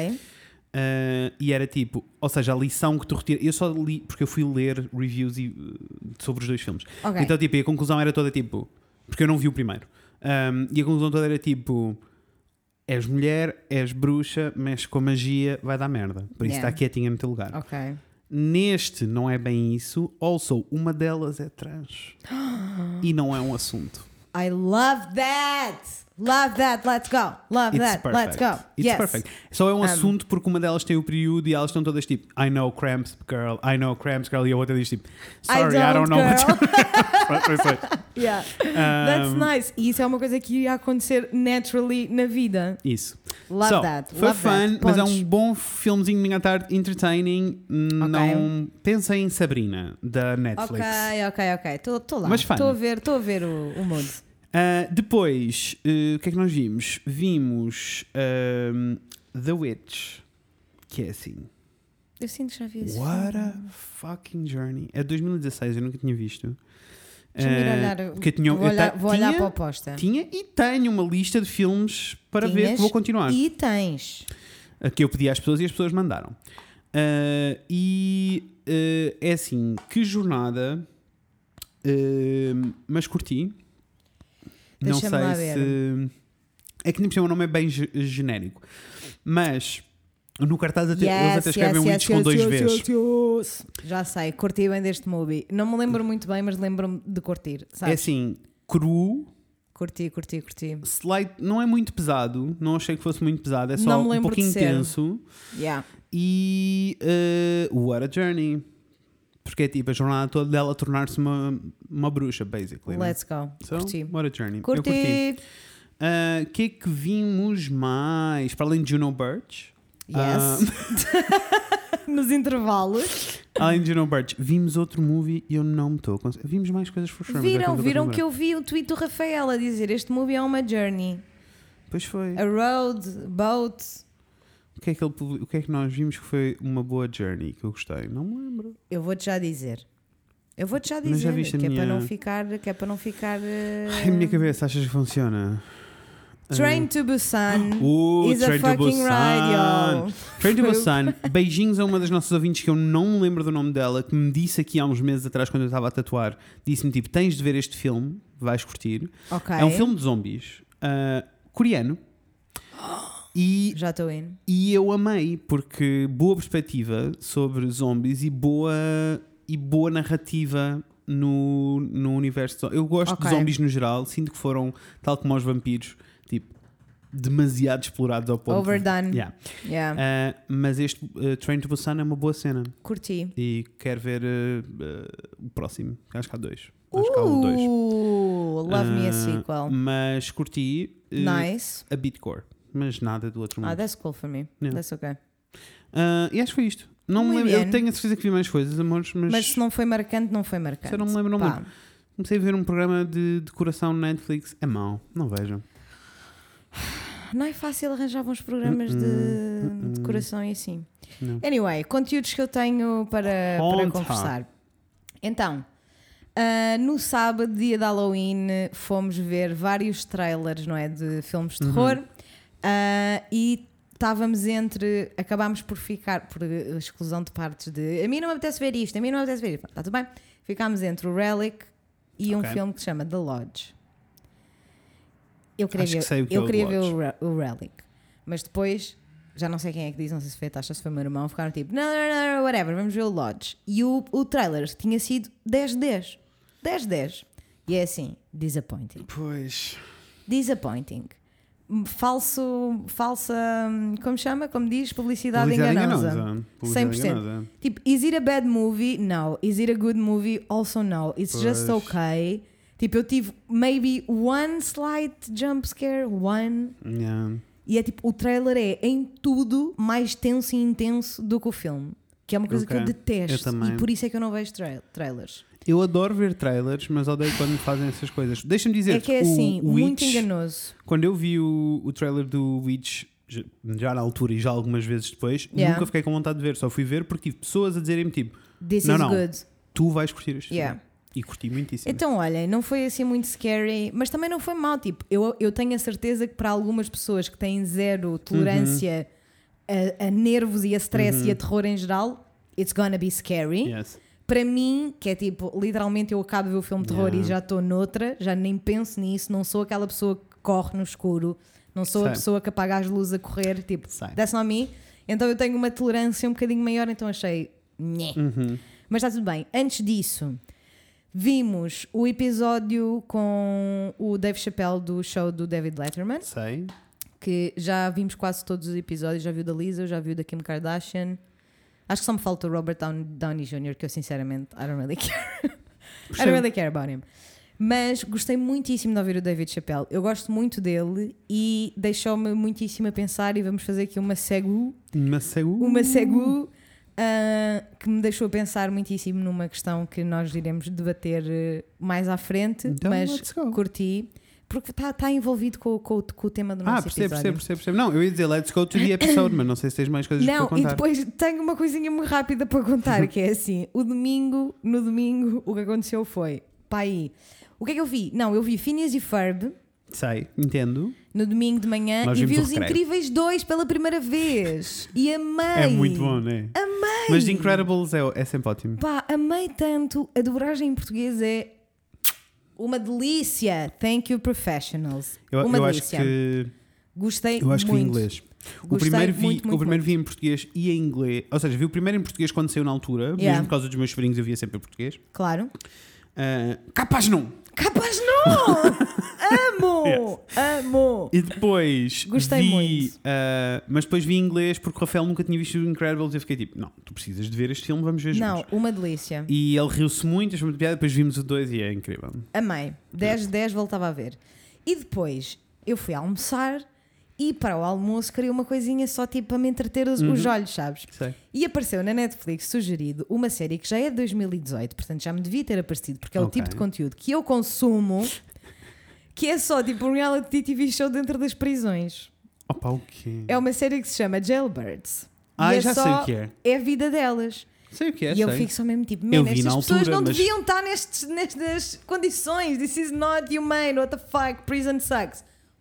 Uh, e era tipo, ou seja, a lição que tu retiras. Eu só li, porque eu fui ler reviews e, uh, sobre os dois filmes. Ok. Então, tipo, e a conclusão era toda tipo, porque eu não vi o primeiro. Um, e a conclusão toda era tipo: és mulher, és bruxa, mexes com magia, vai dar merda. Por isso Yeah. está quietinha no teu lugar. Ok. Neste não é bem isso. Also, uma delas é trans. E não é um assunto. I love that! Love that, let's go! Love It's that, perfect. let's go! It's yes. perfect. Só é um Um, assunto porque uma delas tem o período e elas estão todas tipo I know cramps girl, I know cramps girl, e a outra diz tipo sorry, I don't, know girl. what to say. Yeah. Um, That's nice. E isso é uma coisa que ia acontecer naturally na vida. Isso. Love So, that. foi love fun, that. mas é Pontos. um bom filmezinho de minha tarde, entertaining. Não pensem em Sabrina da Netflix. Ok, ok, ok. Estou lá. Mas fun. Estou a ver, estou a ver o, o mood. Uh, depois, uh, o que é que nós vimos? Vimos um, The Witch, que é assim. Eu sinto que já vi esse What filme. a fucking journey. É de dois mil e dezasseis, eu nunca tinha visto. Deixa-me ir Uh, olhar. porque eu tinha, vou eu olhar, ta- vou olhar tinha- para a oposta. Tinha e tenho uma lista de filmes para ver Tinhas que vou continuar. E tens. Uh, que eu pedi às pessoas e as pessoas mandaram. Uh, e uh, é assim, que jornada, uh, mas curti. Não sei Deixa-me lá ver. se. É que nem por cima o nome é bem ge- genérico. Mas no cartaz até, eles até escrevem Witch com dois V's. yes, yes. Já sei, curti bem deste movie. Não me lembro muito bem, mas lembro-me de curtir. É Sabes? assim, cru, Curti, curti, curti. slight, não é muito pesado. Não achei que fosse muito pesado. É Não só me um lembro pouquinho de ser. intenso. Yeah. E uh, what a journey. Porque é tipo a jornada toda dela tornar-se uma, uma bruxa, basically. Let's go. Né? So, Curti. what a journey. Eu Curti. curti. O que é que vimos mais? Para além de Juno Birch. Ah, Yes. Nos intervalos. além de Juno Birch, vimos outro movie e eu não me estou a conseguir. Vimos mais coisas for sure, mas é Viram, não viram estou a que eu vi o tweet do Rafael a dizer este movie é uma journey. Pois foi. A road, boat. O que, é que ele, publi- o que é que nós vimos que foi uma boa journey que eu gostei? Não me lembro. Eu vou-te já dizer. Eu vou-te já Mas dizer já viste que, a é para minha- não ficar, que é para não ficar. eh, Ai, a minha cabeça, achas que funciona? Train to Busan Uh, is a Train to fucking Busan. ride, yo. Train to Busan. Beijinhos a uma das nossas ouvintes que eu não me lembro do nome dela, que me disse aqui há uns meses atrás, quando eu estava a tatuar, disse-me tipo: tens de ver este filme, vais curtir. Ok. É um filme de zombies uh, coreano. E, Já estou in. e eu amei, porque boa perspectiva sobre zombies e boa, e boa narrativa no, no universo. Eu gosto Ok. de zombies no geral, sinto que foram, tal como os vampiros, tipo, demasiado explorados ao ponto. Overdone. De, yeah. Yeah. Uh, mas este uh, Train to Busan é uma boa cena Curti. e quero ver uh, uh, o próximo. Acho que há dois. Acho que há um dois. Uh, love me a Uh, sequel. Mas curti uh, Nice. a Beatcore, mas nada do outro mundo. Ah, that's cool for me. Yeah. That's okay. Uh, e acho que foi isto. Não me Muito lembro, eu bem. tenho a certeza que vi mais coisas, amores, mas, Mas se não foi marcante, não foi marcante. se eu não me lembro, não me Pá. lembro. Comecei a ver um programa de decoração no Netflix. É mau, não vejam. Não é fácil arranjar bons programas Uh-uh, de uh-uh. decoração e assim. Não. Anyway, conteúdos que eu tenho para, para Conta. conversar. Então, ah, no sábado, dia de Halloween, fomos ver vários trailers, não é, de filmes de terror. Uhum. Ah, e estávamos entre. Acabámos por ficar, por exclusão de partes de. A mim não me apetece ver isto, a mim não me apetece ver isto. Está tudo bem? Ficámos entre o Relic e um Ok. filme que se chama The Lodge. Eu queria Acho que ver, sei o que eu é o queria The ver Lodge. o, Re- o Relic, mas depois já não sei quem é que diz, não sei se foi a Tasha, se foi o meu irmão, ficaram tipo, não, não, não, whatever, vamos ver o Lodge. E o, o trailer tinha sido dez de dez. dez de dez. E é assim, disappointing. Pois. Disappointing. Falso, falsa, como chama? Como diz? Publicidade, Publicidade enganosa. enganosa. Publicidade cem por cento. enganosa. Tipo, is it a bad movie? No. Is it a good movie? Also no. It's just Pois. okay. Tipo, eu tive maybe one slight jump scare, one. Yeah. E é tipo, o trailer é em tudo mais tenso e intenso do que o filme. Que é uma coisa Ok. que eu detesto. Eu também. E por isso é que eu não vejo tra- trailers. Eu adoro ver trailers, mas odeio quando fazem essas coisas. Deixa-me dizer É que é assim, o muito Witch, enganoso. quando eu vi o, o trailer do Witch, já, já na altura e já algumas vezes depois, Yeah. nunca fiquei com vontade de ver. Só fui ver porque tive pessoas a dizerem-me tipo, This Não, is não. good. tu vais curtir este Yeah. filme. E curti muitíssimo. Então, olhem, não foi assim muito scary, mas também não foi mal. Tipo, eu, eu tenho a certeza que para algumas pessoas que têm zero tolerância a, a nervos e a stress Uhum. e a terror em geral, it's gonna be scary. Yes. Para mim, que é tipo, literalmente eu acabo de ver o filme de terror Yeah. e já estou noutra, já nem penso nisso, não sou aquela pessoa que corre no escuro, não sou a Sei. pessoa que apaga as luzes a correr, tipo, Sei. that's not me. Então eu tenho uma tolerância um bocadinho maior, então achei, nhé. Uhum. Mas está tudo bem. Antes disso, vimos o episódio com o Dave Chappelle do show do David Letterman, Sei. que já vimos quase todos os episódios, já viu da Lisa, já viu da Kim Kardashian. Acho que só me falta o Robert Down- Downey Júnior, que eu sinceramente, I don't really care. I don't really care about him. Mas gostei muitíssimo de ouvir o David Chappelle. Eu gosto muito dele e deixou-me muitíssimo a pensar, e vamos fazer aqui uma segu, Uma segu. uma segu ah, que me deixou a pensar muitíssimo numa questão que nós iremos debater eh, mais à frente, Então, mas let's go. curti, porque está tá envolvido com, com, com o tema do Ah, nosso percebo, episódio. percebo, percebo, percebo. Não, eu ia dizer let's go to the episode, mas não sei se tens mais coisas Não, para e contar. depois tenho uma coisinha muito rápida para contar, que é assim, o domingo, no domingo, o que aconteceu foi, pá aí, o que é que eu vi? Não, eu vi Phineas e Ferb Sei, entendo. no domingo de manhã Nós e vimos vi o Os Recreio. Incríveis dois pela primeira vez e amei. É muito bom, não é? Amei. Mas The Incredibles é, é sempre ótimo. Pá, amei tanto, a dobragem em português é uma delícia. Thank you, professionals. Eu, uma eu acho delícia. que Gostei eu acho que vi em muito. inglês. O Gostei primeiro, vi, muito, muito, o primeiro muito. vi em português e em inglês. Ou seja, vi o primeiro em português quando saiu na altura, Yeah. mesmo por causa dos meus sobrinhos, eu via sempre em português. Claro. Uh, capaz não! Capaz não! Amo! Amo! E depois Gostei vi, muito. uh, mas depois vi em inglês porque o Rafael nunca tinha visto o Incredibles e eu fiquei tipo, não, tu precisas de ver este filme, vamos ver Não, juntos. uma delícia. E ele riu-se muito, achou muito piada, depois vimos o dois e é incrível. Amei. dez de dez voltava a ver. E depois eu fui almoçar e para o almoço queria uma coisinha só tipo para me entreter os, Uhum. os olhos, sabes? Sei. E apareceu na Netflix sugerido uma série que já é de dois mil e dezoito, portanto já me devia ter aparecido, porque é o Ok. tipo de conteúdo que eu consumo, que é só tipo um reality T V show dentro das prisões. Opa, o quê? É uma série que se chama Jailbirds. Ah, e é já sei só, o que é. É a vida delas. Sei o que é, e eu sei. fico só mesmo tipo, Eu man, vi estas na pessoas altura, não mas- deviam estar nestes, nestas condições. This is not humane. What the fuck? Prison sucks.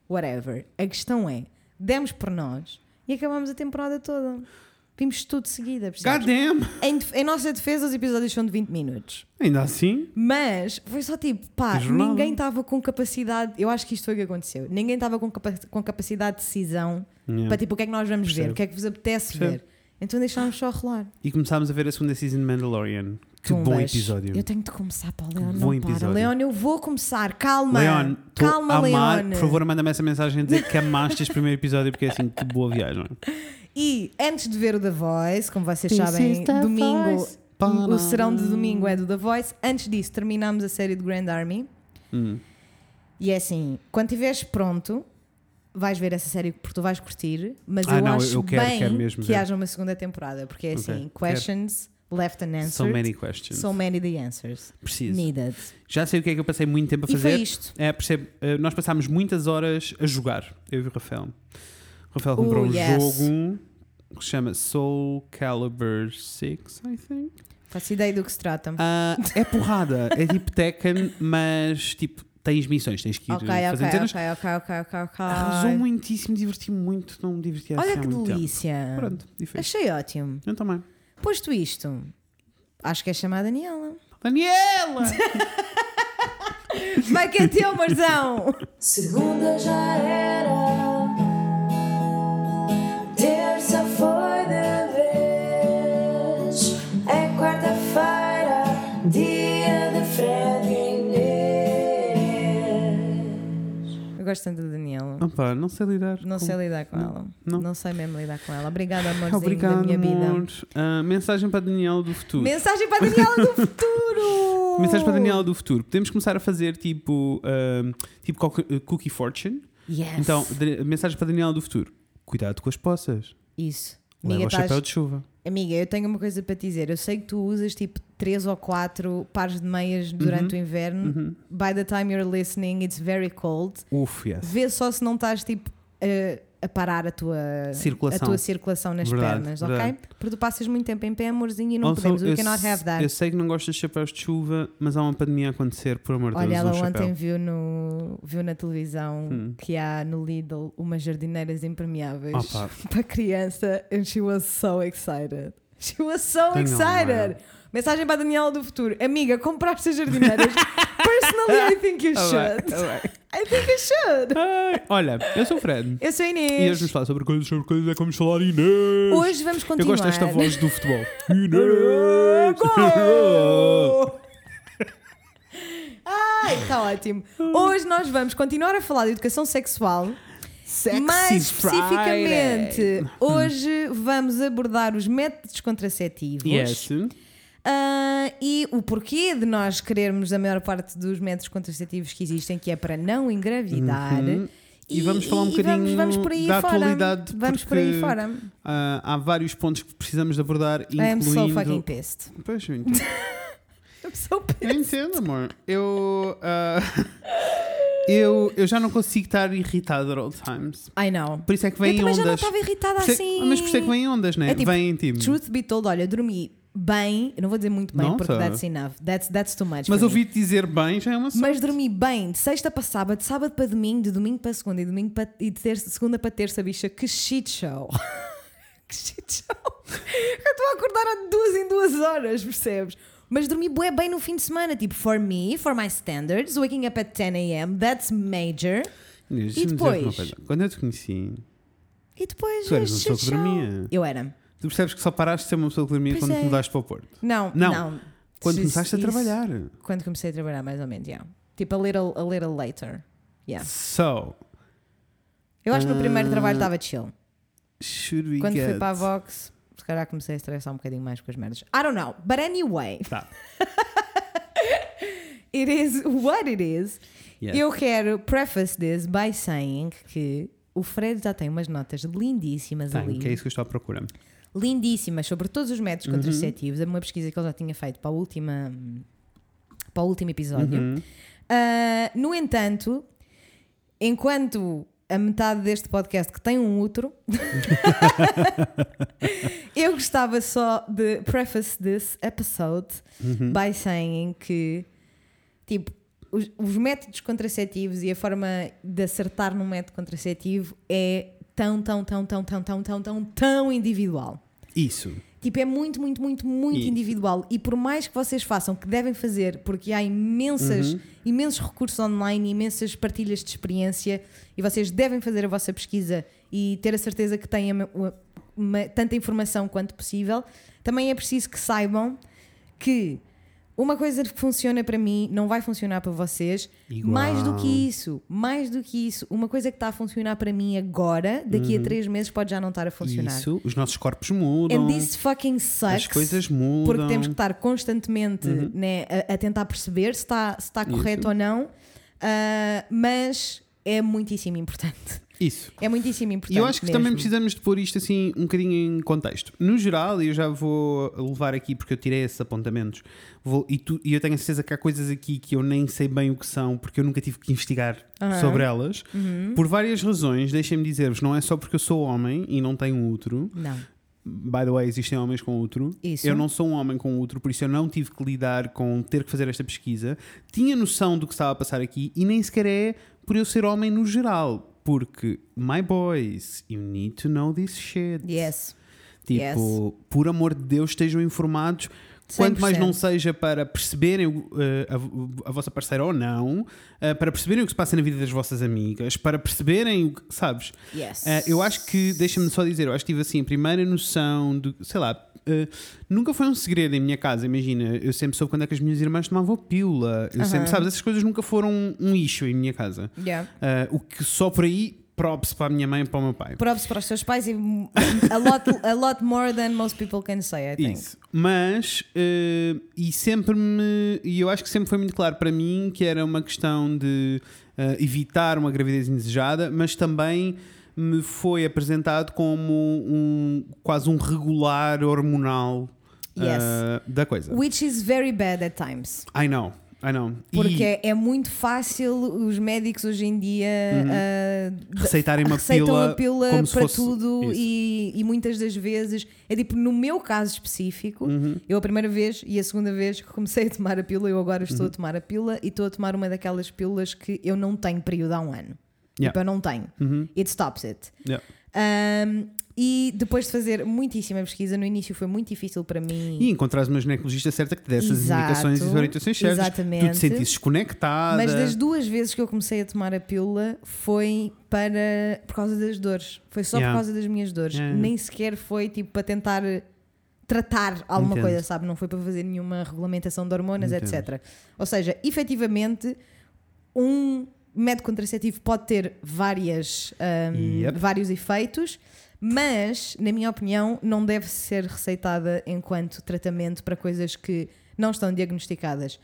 whatever. A questão é, demos por nós e acabamos a temporada toda. Vimos tudo de seguida, percebes? God damn! Em, em nossa defesa, os episódios são de vinte minutos. Ainda assim? Mas foi só tipo, pá, ninguém estava com capacidade. Eu acho que isto foi o que aconteceu. Ninguém estava com, capa com capacidade de decisão Yeah. para tipo, o que é que nós vamos Percebo. ver, o que é que vos apetece Percebo. ver. Então deixámos só rolar. E começámos a ver a segunda season de Mandalorian. Que Tumbas. bom episódio. Eu tenho de começar para o Leon, Bom não para. episódio. Leon, eu vou começar. Calma. Leon, tô Calma, a amar. Leon. Por favor, manda-me essa mensagem a dizer que amaste este primeiro episódio, porque é assim, que boa viagem. E antes de ver o The Voice, como vocês This sabem, is the domingo, voice. o serão de domingo é do The Voice. Antes disso, terminamos a série de Grand Army. Hum. E é assim, quando estiveres pronto, vais ver essa série porque tu vais curtir, mas Ah, eu não, acho eu quero, bem quero mesmo que ver. haja uma segunda temporada, porque é Ok, assim, questions left unanswered, So many questions. so many the answers Preciso. needed. Já sei o que é que eu passei muito tempo a E fazer. foi isto. É, percebo. Uh, nós passámos muitas horas a jogar, eu e o Rafael. O Rafael comprou Uh, um yes. jogo que se chama Soul Calibur seis, I think. Faço ideia do que se trata. Uh, é porrada, é tipo Tekken, mas tipo, tens missões, tens que ir Ok, fazendo ok, cenas. ok, ok, ok, ok, ok. Arrasou muitíssimo, diverti-me muito, não me diverti assim Olha há que muito tempo. delícia. Pronto, diferente. Achei ótimo. Eu também. Posto isto, acho que é chamada Daniela. Daniela! Vai que é teu, Marzão! Segunda já era, terça foi de vez, é quarta-feira, dia de Fred e Inês. Eu gosto tanto da Daniela. Opa, não sei lidar. Não com- sei lidar com ela. não. Não sei mesmo lidar com ela. Obrigada, amorzinho Obrigado, da minha vida. amor. Uh, mensagem para a Daniela do futuro. Mensagem para a Daniela do futuro! Mensagem para a Daniela do futuro. Podemos começar a fazer tipo, uh, tipo cookie- Cookie Fortune. Yes. Então, de- mensagem para a Daniela do futuro. Cuidado com as poças. Isso. Leva Amiga, o chapéu estás- de chuva. Amiga, eu tenho uma coisa para te dizer. Eu sei que tu usas tipo três ou quatro pares de meias durante Uhum. o inverno. Uhum. By the time you're listening, it's very cold. Uf, yes. Vê só se não estás tipo a, a parar a tua Circulação. a tua circulação nas Verdade, pernas, verdade. ok? Porque tu passas muito tempo em pé, amorzinho, e não Also, podemos. We eu, cannot have that. eu sei que não gostas de chapéus de chuva, mas há uma pandemia a acontecer, por amor de Olha, Deus, ela um ontem chapéu. viu, no, viu na televisão Hum. que há no Lidl umas jardineiras impermeáveis Opa. para criança, and she was so excited. She was so Tenho excited. uma. Mensagem para a Daniela do futuro. Amiga, compraste as jardineiras? Personally, I think you Ah, should. bem, ah, bem. I think you should. Ai, olha, eu sou o Fred. Eu sou a E hoje Inês. vamos falar sobre coisas, sobre coisas, é como falar Inês. Hoje vamos eu continuar. gosto desta voz do futebol. Inês. Gol! Ai, está ótimo. Hoje nós vamos continuar a falar de educação sexual. Sexy Mais especificamente, Friday. hoje vamos abordar os métodos contraceptivos. Yes. Ah, e o porquê de nós querermos a maior parte dos métodos contraceptivos que existem, que é para não engravidar. Uhum. E vamos falar um e vamos, bocadinho vamos por aí da fora. atualidade, Vamos por porque, aí fora. ah, há vários pontos que precisamos de abordar, I'm so fucking incluindo... pissed. Pois, eu entendo. I'm so Eu pissed. entendo, amor. Eu, ah, eu, eu já não consigo estar irritado at all times. I know. Por isso é que Eu vem também ondas. já não estava irritada Por isso é- assim. Mas por isso é que vem ondas, né? É tipo, vem tipo. Truth be told, olha, dormi bem. Eu não vou dizer muito bem, Nossa. porque that's enough. That's, that's too much. Mas for me. ouvi-te dizer bem já é uma sorte. Mas dormi bem de sexta para sábado, de sábado para domingo, de domingo para segunda e, domingo para, e de terça, segunda para terça, bicha. Que shit show! Que shit show! Eu estou a acordar há duas em duas horas, percebes? Mas dormi bué bem no fim de semana. Tipo, for me, for my standards, waking up at ten a m, that's major. Inês, E deixa-me dizer depois? uma coisa. Quando eu te conheci, E depois, tu eras uma shit pessoa que show. dormia. Eu era. Tu percebes que só paraste de ser uma pessoa que dormia Pois quando é. te mudaste para o Porto. Não, Não. não. Quando Isso- começaste a isso- trabalhar. Quando comecei a trabalhar, mais ou menos, yeah. Tipo, a little, a little later. Yeah. So, Eu acho que no primeiro Ah. trabalho estava chill. should we Quando get... fui para a Vox, se calhar comecei a estressar um bocadinho mais com as merdas. I don't know. But anyway, Tá. it is what it is. Yes. Eu quero preface this by saying que o Fred já tem umas notas lindíssimas Tem, ali. que é isso que eu estou à procura. Lindíssimas sobre todos os métodos Uhum. contraceptivos. É uma pesquisa que ele já tinha feito para, a última, para o último episódio. Uhum. Ah, no entanto, enquanto a metade deste podcast que tem um útero, eu gostava só de preface this episode Uhum. by saying que, tipo, os, os métodos contraceptivos e a forma de acertar num método contraceptivo é tão, tão, tão, tão, tão, tão, tão, tão, tão individual. Isso. Tipo, é muito, muito, muito, muito Isso. individual. E por mais que vocês façam, que devem fazer, porque há imensas, Uhum. imensos recursos online, imensas partilhas de experiência, e vocês devem fazer a vossa pesquisa e ter a certeza que têm uma, uma, tanta informação quanto possível, também é preciso que saibam que uma coisa que funciona para mim não vai funcionar para vocês. Igual. Mais do que isso, mais do que isso, uma coisa que está a funcionar para mim agora, daqui Uhum. a três meses pode já não estar a funcionar. Isso, os nossos corpos mudam. And this fucking sucks. As coisas mudam. Porque temos que estar constantemente Uhum. né, a, a tentar perceber se está, se está Isso. correto ou não. Ah, mas é muitíssimo importante. Isso. É muitíssimo E importante. eu acho que mesmo. também precisamos de pôr isto assim um bocadinho em contexto. No geral, e eu já vou levar aqui porque eu tirei esses apontamentos, vou, e, tu, e eu tenho a certeza que há coisas aqui que eu nem sei bem o que são, porque eu nunca tive que investigar Aham. sobre elas. Uhum. Por várias razões, deixem-me dizer-vos, não é só porque eu sou homem e não tenho útero. Não. By the way, existem homens com útero. Isso. Eu não sou um homem com útero, por isso eu não tive que lidar com ter que fazer esta pesquisa. Tinha noção do que estava a passar aqui e nem sequer é por eu ser homem no geral. Porque, my boys, you need to know this shit. Yes. Tipo, Yes. por amor de Deus, estejam informados. Quanto mais não cem por cento. seja para perceberem uh, a, a vossa parceira ou não, uh, para perceberem o que se passa na vida das vossas amigas, para perceberem o que, sabes? Yes. Uh, eu acho que, deixa-me só dizer, eu acho que tive assim a primeira noção de, sei lá, uh, nunca foi um segredo em minha casa, imagina, eu sempre soube quando é que as minhas irmãs tomavam pílula, eu Aham. sempre, sabes, essas coisas nunca foram um issue em minha casa. Yeah. Uh, o que só por aí, props para a minha mãe e para o meu pai. Props para os seus pais e a lot, a lot more than most people can say, I think. Isso. Mas, uh, e sempre me. E eu acho que sempre foi muito claro para mim que era uma questão de uh, evitar uma gravidez indesejada, mas também me foi apresentado como um quase um regular hormonal uh, Yes. da coisa. Which is very bad at times. I know, I know. Porque E é, é muito fácil os médicos hoje em dia uh, receitarem uma receitam pílula a pílula como se para fosse tudo isso. e, e muitas das vezes é tipo, no meu caso específico, Uhum. eu a primeira vez e a segunda vez que comecei a tomar a pílula, eu agora estou Uhum. a tomar a pílula e estou a tomar uma daquelas pílulas que eu não tenho período há um ano. Yeah. Tipo, eu não tenho. Uhum. It stops it. Yeah. Um, e depois de fazer muitíssima pesquisa, no início foi muito difícil para mim. E encontrares uma ginecologista certa que te desse as Exato, indicações e as orientações certas, exatamente. tu te sentisses conectada. Mas das duas vezes que eu comecei a tomar a pílula foi para por causa das dores. Foi só Yeah. por causa das minhas dores. Yeah. Nem sequer foi tipo para tentar tratar alguma Entendo. coisa, sabe? Não foi para fazer nenhuma regulamentação de hormonas, Entendo. etcétera. Ou seja, efetivamente, um método contraceptivo pode ter várias, um, Yep. vários efeitos, mas, na minha opinião, não deve ser receitada enquanto tratamento para coisas que não estão diagnosticadas.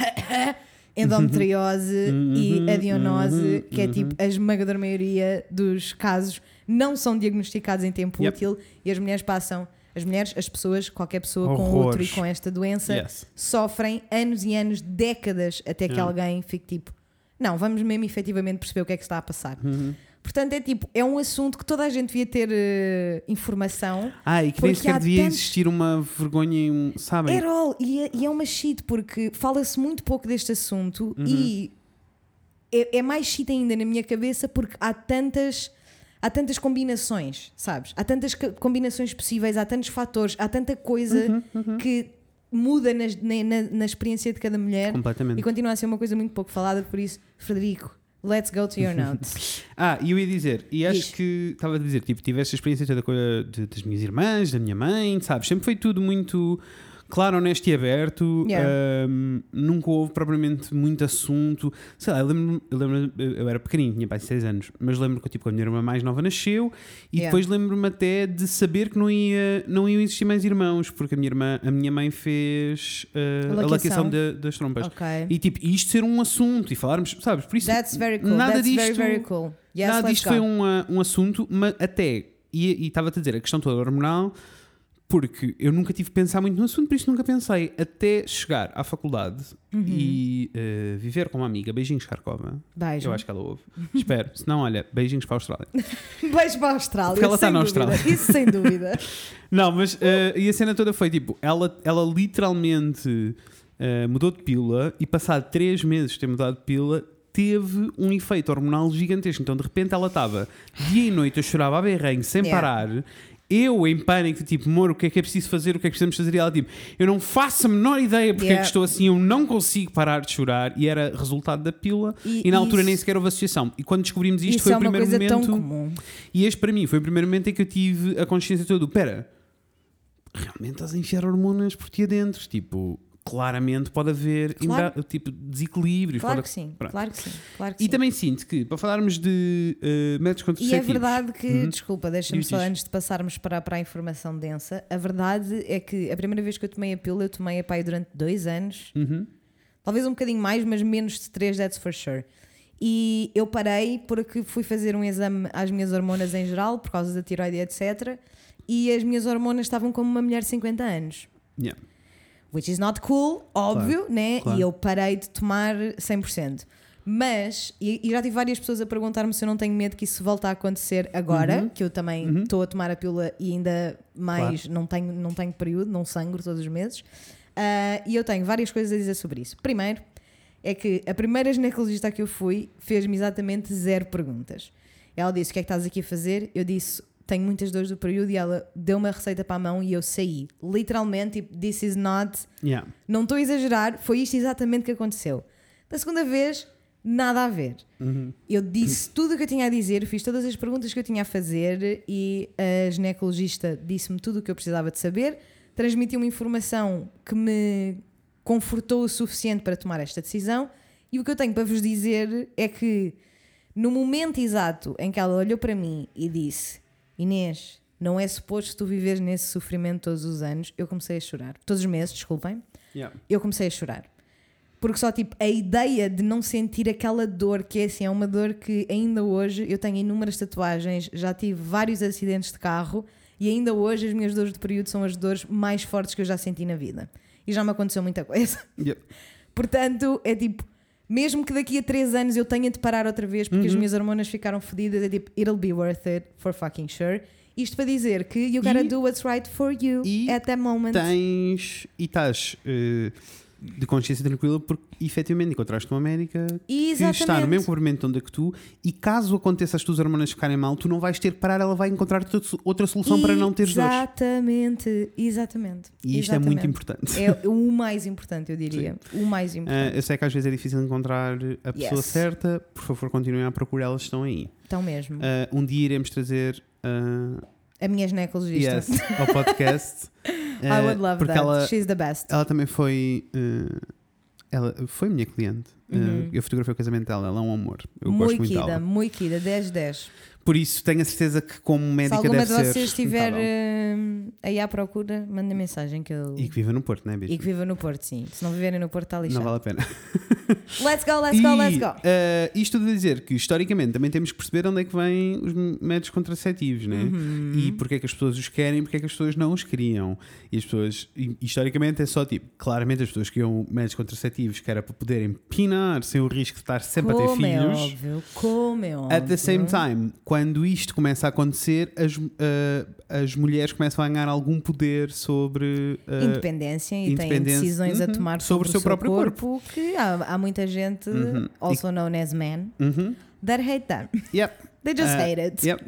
Endometriose e adionose, que é tipo a esmagadora maioria dos casos não são diagnosticados em tempo Yep. útil e as mulheres passam, as mulheres, as pessoas, qualquer pessoa com Horrores. útero e com esta doença Yes. sofrem anos e anos, décadas até que Yeah. alguém fique tipo, não, vamos mesmo efetivamente perceber o que é que está a passar. Uhum. Portanto, é tipo, é um assunto que toda a gente devia ter eh, informação. Ah, e que nem Porque sequer há devia tantos- existir uma vergonha, em um- sabem? At all. E, é- e é uma shit, porque fala-se muito pouco deste assunto Uhum. e é, é mais shit ainda na minha cabeça porque há tantas, há tantas combinações, sabes? Há tantas co- combinações possíveis, há tantos fatores, há tanta coisa Uhum, que muda nas- na, na- na experiência de cada mulher Completamente. e continua a ser uma coisa muito pouco falada, por isso, Frederico, let's go to your notes. Ah, e eu ia dizer, e acho Diz. que estava a dizer, tipo, tive esta experiência toda com a, de- das minhas irmãs, da minha mãe, sabes? Sempre foi tudo muito claro, honesto e aberto. Yeah. Ahm, nunca houve propriamente muito assunto. Sei lá, eu lembro, eu, lembro, eu era pequenino, tinha pai de seis anos, mas lembro que tipo, quando a minha irmã mais nova nasceu e Yeah. depois lembro-me até de saber que não, ia, não iam existir mais irmãos, porque a minha, irmã, a minha mãe fez ah, a Laqueação. laqueação de- das trompas. Ok. E tipo, isto ser um assunto e falarmos, sabes? Por isso, That's very cool. nada That's disto, very, very cool. Yes, nada let's disto go. foi um, uh, um assunto, mas até, e e estava-te a dizer, a questão toda hormonal, porque eu nunca tive que pensar muito no assunto, por isso nunca pensei, até chegar à faculdade Uhum. e uh, viver com uma amiga, beijinhos Carcova, Beijo. eu acho que ela ouve, espero, se não, olha, beijinhos para a Austrália. Beijo para a Austrália. Porque ela está sem na dúvida. Austrália. Isso sem dúvida. Não, mas uh, e a cena toda foi tipo, ela, ela literalmente uh, mudou de pílula e passado três meses de ter mudado de pílula teve um efeito hormonal gigantesco. Então de repente ela estava dia e noite a chorar a berrenho sem Yeah. parar. Eu em pânico, tipo, amor, o que é que é preciso fazer? O que é que precisamos fazer? E ela tipo, eu não faço a menor ideia porque Yeah. é que estou assim, eu não consigo parar de chorar. E era resultado da pílula e, E na altura isso- nem sequer houve associação. E quando descobrimos isto Isso foi é o uma primeiro coisa momento. tão comum. E este para mim foi o primeiro momento em que eu tive a consciência toda: pera, realmente estás a enfiar hormonas por ti adentro. Tipo, claramente pode haver Claro. imba- tipo, desequilíbrios. Claro pode- que sim, Pronto. claro que sim, claro que E sim. também sinto que, para falarmos de uh, métodos E é contraceptivos. verdade que, Uhum. desculpa, deixa-me Diz, só diz. antes de passarmos para, para a informação densa, a verdade é que a primeira vez que eu tomei a pílula, eu tomei-a pai durante dois anos, Uhum. talvez um bocadinho mais, mas menos de três, that's for sure. E eu parei porque fui fazer um exame às minhas hormonas em geral, por causa da tiroide, etcétera. E as minhas hormonas estavam como uma mulher de cinquenta anos. Yeah. Which is not cool, óbvio, né? claro. E eu parei de tomar cem por cento. Mas, e, e já tive várias pessoas a perguntar-me se eu não tenho medo que isso volte a acontecer agora, Uhum. que eu também Uhum. estou a tomar a pílula e ainda mais não, tenho, não tenho período, não sangro todos os meses. Ah, e eu tenho várias coisas a dizer sobre isso. Primeiro, é que a primeira ginecologista a que eu fui fez-me exatamente zero perguntas. Ela disse: o que é que estás aqui a fazer? Eu disse: tenho muitas dores do período, e ela deu-me a receita para a mão e eu saí. Literalmente, tipo, this is not... Yeah. Não estou a exagerar, foi isto exatamente que aconteceu. Da segunda vez, nada a ver. Uhum. Eu disse tudo o que eu tinha a dizer, fiz todas as perguntas que eu tinha a fazer e a ginecologista disse-me tudo o que eu precisava de saber, transmitiu uma informação que me confortou o suficiente para tomar esta decisão, e o que eu tenho para vos dizer é que no momento exato em que ela olhou para mim e disse: Inês, não é suposto tu viveres nesse sofrimento todos os anos, eu comecei a chorar. Todos os meses, desculpem. Yeah. Eu comecei a chorar. Porque só tipo a ideia de não sentir aquela dor, que é assim, é uma dor que ainda hoje eu tenho inúmeras tatuagens, já tive vários acidentes de carro e ainda hoje as minhas dores de período são as dores mais fortes que eu já senti na vida. E já me aconteceu muita coisa. Yeah. Portanto, é tipo, mesmo que daqui a três anos eu tenha de parar outra vez porque Uhum. as minhas hormonas ficaram fodidas, é tipo, it'll be worth it for fucking sure. Isto para dizer que you gotta E- do what's right for you e at that moment. Tens e estás eh, de consciência tranquila porque efetivamente encontraste uma médica que Exatamente. está no mesmo comprimento onde é que tu, e caso aconteça as tuas hormonas ficarem mal, tu não vais ter que parar, ela vai encontrar outra solução para não teres dores. Exatamente, exatamente. E isto é Exatamente. muito importante. É o mais importante, eu diria. O mais Ah, importante. eu sei que às vezes é difícil encontrar a pessoa Yes. certa, por favor continuem à procura, elas estão aí. Então mesmo. Ah, um dia iremos trazer ah, A minha ginecologista. yes, ao podcast. I Ah, would love porque that. ela, She's the best. ela também foi ah, ela foi minha cliente. Ah, Uhum. eu fotografei o casamento dela, ela é um amor. Eu gosto Muito muito quida, dela. muito quida, dez de dez. Por isso tenho a certeza que como Se médica alguma deve de ser vocês estiver impecável. hum, aí à procura, manda mensagem que eu. E que viva no Porto, não é, bicho? E que viva no Porto, sim. Se não viverem no Porto, está Não lixado. vale a pena. Let's go, let's go, E, let's go. eh, isto de dizer que historicamente também temos que perceber onde é que vêm os métodos contraceptivos, né? Uhum. E porque é que as pessoas os querem e porque é que as pessoas não os queriam. E as pessoas, e, historicamente, é só tipo, claramente as pessoas queriam métodos contraceptivos que era para poderem pinar sem o risco de estar sempre a ter Como é filhos. óbvio, como é óbvio. At the same time, quando isto começa a acontecer, as, eh, as mulheres começam a ganhar algum poder sobre eh, Independência e têm independência, decisões a uhum, tomar sobre sobre, o seu próprio corpo, que há, há muita gente, Uhum. also known as men, uhum. that hate them. Yep. They just Ah, hate it. Yep.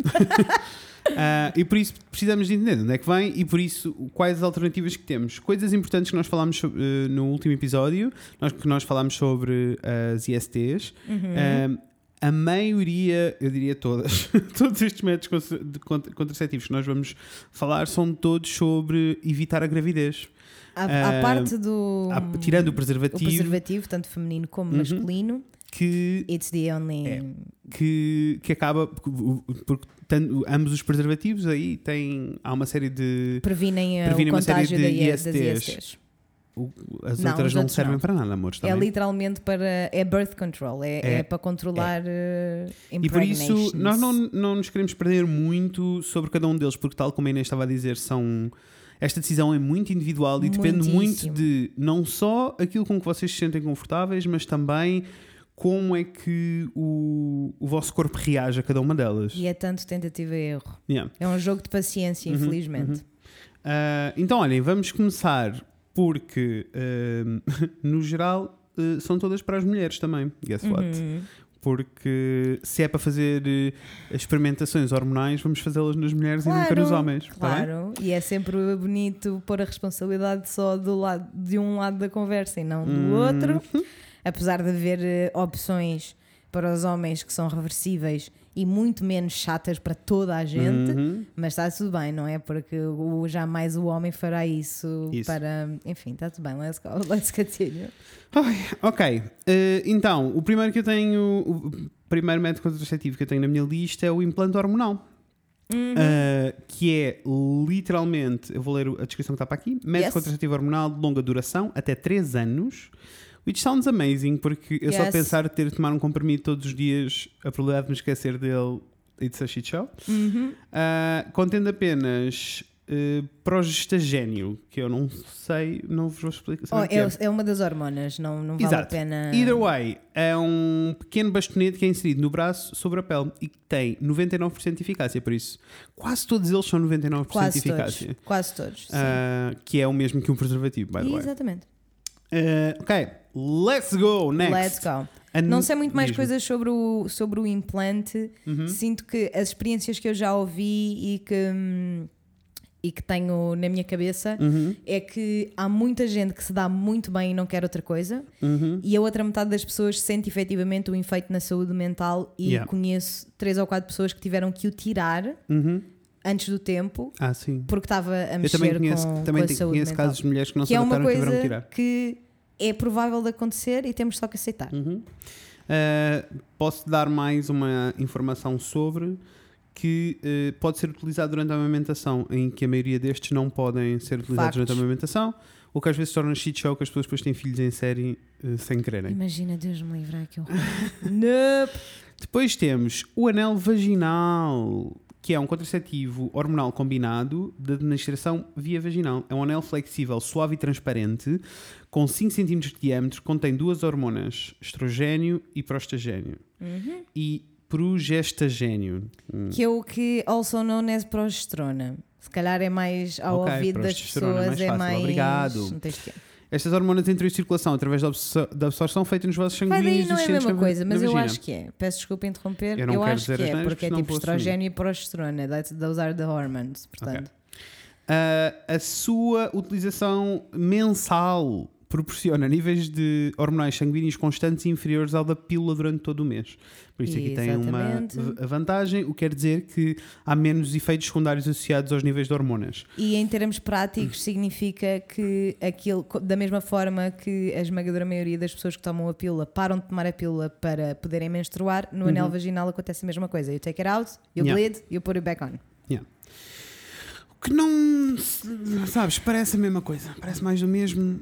Ah, e por isso precisamos de entender de onde é que vem e por isso quais as alternativas que temos. Coisas importantes que nós falámos sobre, eh, no último episódio, nós, que nós falámos sobre as I S Ts. Uhum. Ah, a maioria, eu diria todas, todos estes métodos contra- de contra- contraceptivos que nós vamos falar são todos sobre evitar a gravidez. A, a Ah, parte do. Há- tirando o o preservativo, preservativo, tanto feminino como Uhum. masculino, que it's the only. É. que, que acaba porque tanto, ambos os preservativos aí têm, há uma série de Previnem, uh, Previnem o uma série contágio de da, I das S Ts. I S Ts. o- as Não, outras os não outros servem não. para nada, amores, É também. literalmente para. É birth control, é, É. é para controlar uh, E por isso impregnations. nós não, não nos queremos perder muito sobre cada um deles, porque tal como a Inês estava a dizer, são esta decisão é muito individual e depende muito Muitíssimo. de não só aquilo com que vocês se sentem confortáveis, mas também como é que o, o vosso corpo reage a cada uma delas. E é tanto tentativa e erro. Yeah. É um jogo de paciência, Uhum, infelizmente. uhum. Ah, então, olhem, vamos começar porque, hum, no geral, uh, são todas para as mulheres também. Guess what? Uhum. Porque se é para fazer uh, experimentações hormonais, vamos fazê-las nas mulheres Claro, e nunca nos homens. tá bem? Claro, e é sempre bonito pôr a responsabilidade só do lado, de um lado da conversa e não do Hum. outro. Apesar de haver eh, opções para os homens que são reversíveis e muito menos chatas para toda a gente, Uhum. mas está tudo bem, não é? Porque o, jamais o homem fará isso, Isso. para. Enfim, está tudo bem, let's go, let's continue. Ai, ok, uh, então, o primeiro que eu tenho, o primeiro método contraceptivo que eu tenho na minha lista é o implante hormonal. Uhum. Uh, que é literalmente, eu vou ler a descrição que está para aqui: método Yes. contraceptivo hormonal de longa duração, até três anos. Which sounds amazing, porque eu só Yes. pensar ter de tomar um comprimido todos os dias, a probabilidade de me esquecer dele, it's a shit show. Uhum. Uh, contendo apenas uh, progestagénio, que eu não sei, não vos vou explicar. Oh, saber o que é, é uma das hormonas, não, não vale Exato. a pena. Either way, é um pequeno bastonete que é inserido no braço sobre a pele e que tem noventa e nove por cento de eficácia, por isso quase todos eles são noventa e nove por cento Quase de eficácia. todos. Quase todos. Sim. Ah, que é o mesmo que um preservativo, by the way. Exatamente. Ah, ok, let's go, next. Let's go. A Não n- sei muito mais diz-me. coisas sobre o, sobre o implante. Uhum. Sinto que as experiências que eu já ouvi e que, hum, e que tenho na minha cabeça Uhum, é que há muita gente que se dá muito bem e não quer outra coisa, uhum. e a outra metade das pessoas sente efetivamente o efeito na saúde mental. E Yeah. conheço três ou quatro pessoas que tiveram que o tirar Uhum. antes do tempo Ah, sim. porque estava a Eu mexer também conheço, com, também com a te- saúde conheço mental. casos de mulheres que não Que se é uma adaptaram e tiveram que coisa tirar. que é provável de acontecer e temos só que aceitar. Uhum. Uh, posso dar mais uma informação sobre que uh, pode ser utilizado durante a amamentação, em que a maioria destes não podem ser utilizados Factos. durante a amamentação, o que às vezes torna shit show que as pessoas depois têm filhos em série uh, sem quererem. Imagina, Deus me livre, que horror. Nope. Depois temos o anel vaginal, que é um contraceptivo hormonal combinado de administração via vaginal. É um anel flexível, suave e transparente, com cinco centímetros de diâmetro, contém duas hormonas, estrogênio e prostagênio. Uhum. E progestagênio. Hum. Que é o que also known as progesterona. Se calhar é mais ao Ok, ouvido das progesterona, pessoas, mais é fácil, mais. obrigado. Não tens de quê. Estas hormonas entram em circulação através da, absor- da absorção feita nos vasos Vai sanguíneos daí, não é a existentes mesma na- coisa, na mas eu vagina. acho que é. Peço desculpa interromper. Eu não quero acho dizer que as é, neiras porque é porque tipo não vou assumir. estrogênio e progesterona. That's, those are the hormones. Portanto, Ah, a sua utilização mensal proporciona níveis de hormonais sanguíneos constantes e inferiores ao da pílula durante todo o mês. Por isso aqui tem uma Exatamente. v- vantagem, o que quer dizer que há menos efeitos secundários associados aos níveis de hormonas. e em termos práticos significa que aquilo, co- da mesma forma que a esmagadora maioria das pessoas que tomam a pílula param de tomar a pílula para poderem menstruar, no anel vaginal acontece a mesma coisa. You take it out, you Uhum. Yeah. bleed, you put it back on. Yeah. O que não, sabes, parece a mesma coisa. Parece mais do mesmo.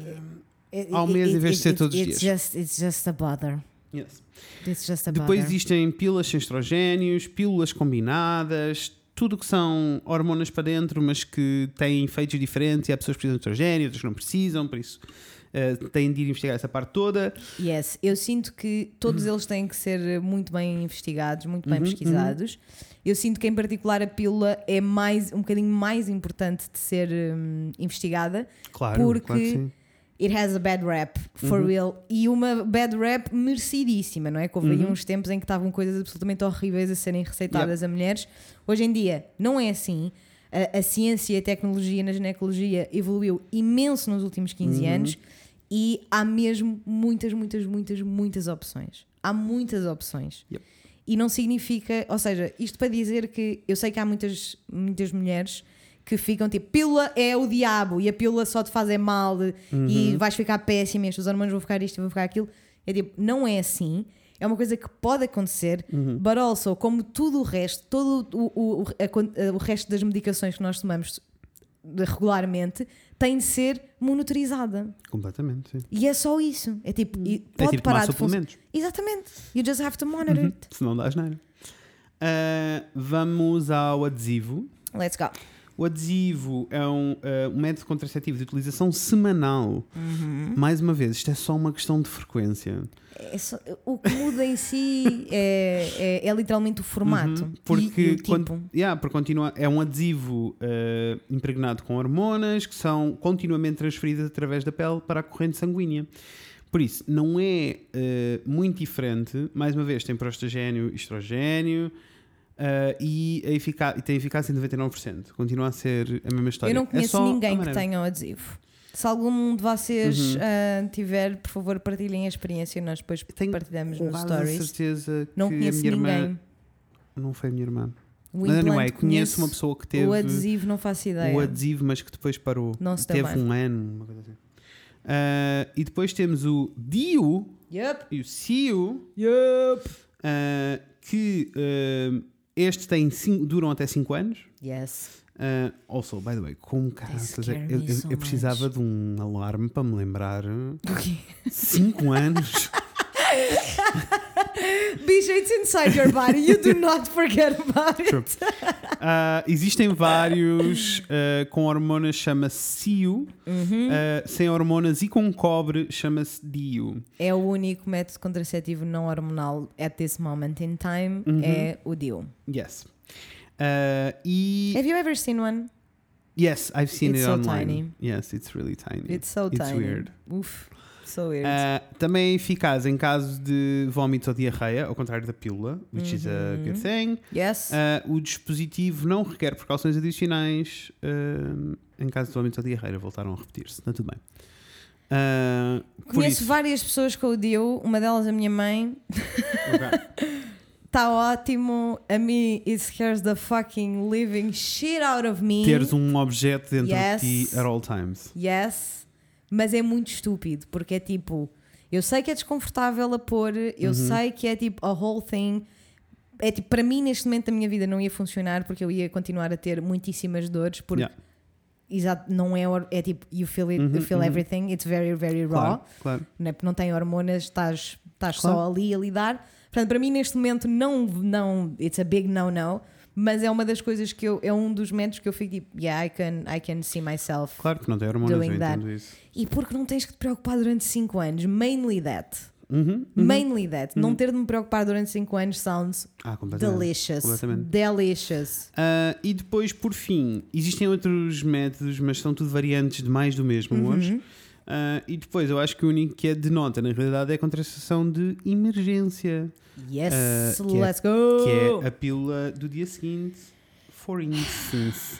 It- Ao it- mês em it- vez de ser it- todos os it's dias. Just, it's just a bother. Yes. It's just a Depois bother. existem pílulas sem estrogénios, pílulas combinadas, tudo que são hormonas para dentro, mas que têm efeitos diferentes, e há pessoas que precisam de estrogénio, outras que não precisam, por isso uh, têm de ir investigar essa parte toda. Yes, eu sinto que todos eles têm que ser muito bem investigados, muito bem Uhum, pesquisados. Eu sinto que em particular a pílula é mais, um bocadinho mais importante de ser hum, investigada, Claro, porque claro que sim. it has a bad rap, for Uhum. real, e uma bad rap merecidíssima, não é? Que houve aí Uhum. uns tempos em que estavam coisas absolutamente horríveis a serem receitadas a mulheres. Hoje em dia não é assim. A, a ciência e a tecnologia na ginecologia evoluiu imenso nos últimos quinze Uhum. anos e há mesmo muitas, muitas, muitas, muitas opções. Há muitas opções. Yep. E não significa, ou seja, isto para dizer que eu sei que há muitas, muitas mulheres que ficam tipo, pílula é o diabo e a pílula só te faz é mal e vais ficar péssimo e os hormônios vão ficar isto e vão ficar aquilo. É tipo, não é assim. É uma coisa que pode acontecer, Uhum. but also, como tudo o resto, todo o, o, o, a- o resto das medicações que nós tomamos regularmente tem de ser monitorizada. Completamente, sim. E é só isso. É tipo, e É pode tipo tomar parar de funcionar. suplementos, Exatamente. You just have to monitor it. se não dás nada. Uh, vamos ao adesivo. Let's go. O adesivo é um, uh, um método contraceptivo de utilização semanal. Uhum. Mais uma vez, isto é só uma questão de frequência. É só- o que muda em si é, é, é literalmente o formato. Uhum, porque, e, e o tipo. quando, yeah, porque continua, é um adesivo uh, impregnado com hormonas que são continuamente transferidas através da pele para a corrente sanguínea. Por isso, não é uh, muito diferente. Mais uma vez, tem prostagénio e estrogénio. Uh, e, a efica- e tem eficácia de noventa e nove por cento. Continua a ser a mesma história. Eu não É conheço só a ninguém que maneira. tenha o adesivo. Se algum de vocês Uhum. ah, tiver, por favor, partilhem a experiência e nós depois Tenho partilhamos nos quase stories. a certeza Não que a conheço minha ninguém. irmã. Não foi a minha irmã. O Mas implante anyway, conheço conheço, uma pessoa que teve o adesivo não faço ideia. o adesivo, mas que depois parou. Não se Teve também. um ano, uma coisa assim. Uh, e depois temos o D I U Yep. e o C I U, Yep. uh, que uh, estes têm cinco, duram até cinco anos. Yes. Uh, also, by the way, como caraças, scare eu, me eu, so eu precisava much. de um alarme para me lembrar. O quê? cinco anos. Bicho, it's inside your body. You do not forget about it. True. Uh, existem vários uh, com hormonas, chama-se C I U. Uhum. Uh, sem hormonas e com cobre, chama-se D I U. É o único método contraceptivo não hormonal at this moment in time. Uhum. É o D I U. Yes. Uh, e Have you ever seen one? yes, I've seen It's it so online. tiny. Yes, it's really tiny. It's so It's tiny. weird. Uf, so weird. Uh, também é eficaz em caso de vómito ou diarreia, ao contrário da pílula, which is a Uhum. good thing. yes. Uh, o dispositivo não requer precauções adicionais uh, em caso de vómito ou diarreia. Voltaram a repetir-se, está tudo bem. Uh, por Conheço isso- várias pessoas com o D I U, uma delas a minha mãe. Ok. Está ótimo. A mim, it scares the fucking living shit out of me. Teres um objeto dentro Yes. de ti at all times. Yes. Mas é muito estúpido, porque é tipo, eu sei que é desconfortável a pôr, eu Uhum. sei que é tipo a whole thing. É tipo, para mim neste momento da minha vida não ia funcionar porque eu ia continuar a ter muitíssimas dores, porque Yeah. exato, não é, hor- é tipo, you feel it, Uhum, you feel uhum. everything, it's very, very raw. Claro, claro. Não é? Porque não tem hormonas, estás, estás Claro. só ali a lidar. Portanto, para mim neste momento não, não, it's a big no-no, mas é uma das coisas que eu, é um dos métodos que eu fico tipo, yeah, I can, I can see myself. Claro que não tem hormonas, eu Doing that. entendo isso. E porque não tens que te preocupar durante cinco anos, mainly that. Uhum, uhum. Mainly that. Não Uhum. ter de me preocupar durante cinco anos sounds Ah, completamente. delicious. completamente. Delicious. Ah, e depois, por fim, existem outros métodos, mas são tudo variantes de mais do mesmo Uhum. hoje. Ah, e depois, eu acho que o único que é denota, na realidade, é a contracepção de emergência, Yes, Uh, que é- let's go. que é a pílula do dia seguinte, for instance.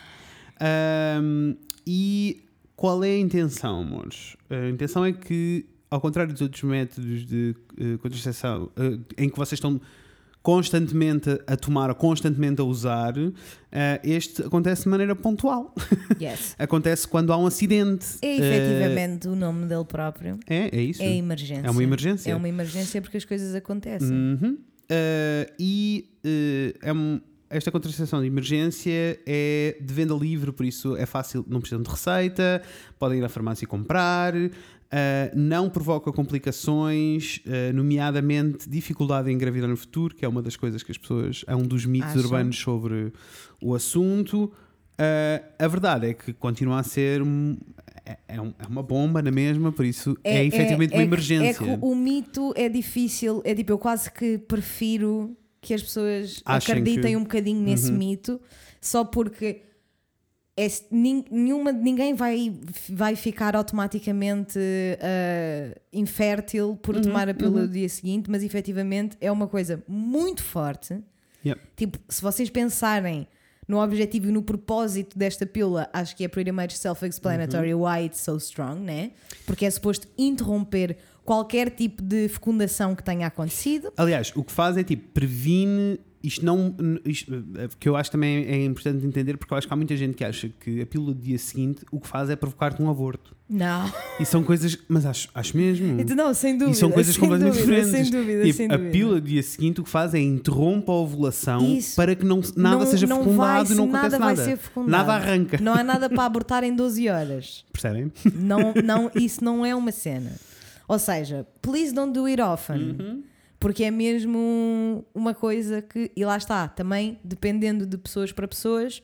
Ahm, e qual é a intenção, amores? A intenção é que, ao contrário dos outros métodos de uh, contracepção, uh, em que vocês estão constantemente a, a tomar, constantemente a usar, uh, este acontece de maneira pontual. Yes. Acontece quando há um acidente. É Uh, efetivamente o nome dele próprio. é, é isso. É emergência. É uma emergência. É uma emergência porque as coisas acontecem. Uhum. Uh, e uh, é um- esta contracepção de emergência é de venda livre, por isso é fácil, não precisam de receita, podem ir à farmácia e comprar, uh, não provoca complicações, uh, nomeadamente dificuldade em engravidar no futuro, que é uma das coisas que as pessoas, é um dos mitos Acham? urbanos sobre o assunto. Uh, a verdade é que continua a ser um- é, é um- é uma bomba na mesma, por isso é, efetivamente uma que- emergência. É que o mito é difícil, é tipo, eu quase que prefiro que as pessoas Achem acreditem que- um bocadinho nesse Uhum. mito, só porque é, nin- nenhuma, ninguém vai, vai ficar automaticamente ah, infértil por Uhum, tomar a pílula uhum. do dia seguinte, mas efetivamente é uma coisa muito forte. Yep. Tipo, se vocês pensarem no objetivo e no propósito desta pílula, acho que é pretty much self-explanatory Uhum. why it's so strong, né? Porque é suposto interromper qualquer tipo de fecundação que tenha acontecido. Aliás, o que faz é tipo, previne. Isto não. Isto, eh, que eu acho também é importante entender, porque eu acho que há muita gente que acha que a pílula do dia seguinte o que faz é provocar-te um aborto. Não. E são coisas. Mas acho, acho mesmo. Não, sem dúvida. E são coisas sem completamente dúvida, diferentes. Sem dúvida, Tipo, sem a dúvida. pílula do dia seguinte o que faz é interrompe a ovulação Isso. para que não, nada Não- seja não fecundado vai- e não nada acontece vai nada. ser fecundado. Nada arranca. Não há nada para abortar em doze horas. Percebem? Não, não, isso não é uma cena. Ou seja, please don't do it often. Uhum. Porque é mesmo uma coisa que, e lá está, também dependendo de pessoas para pessoas,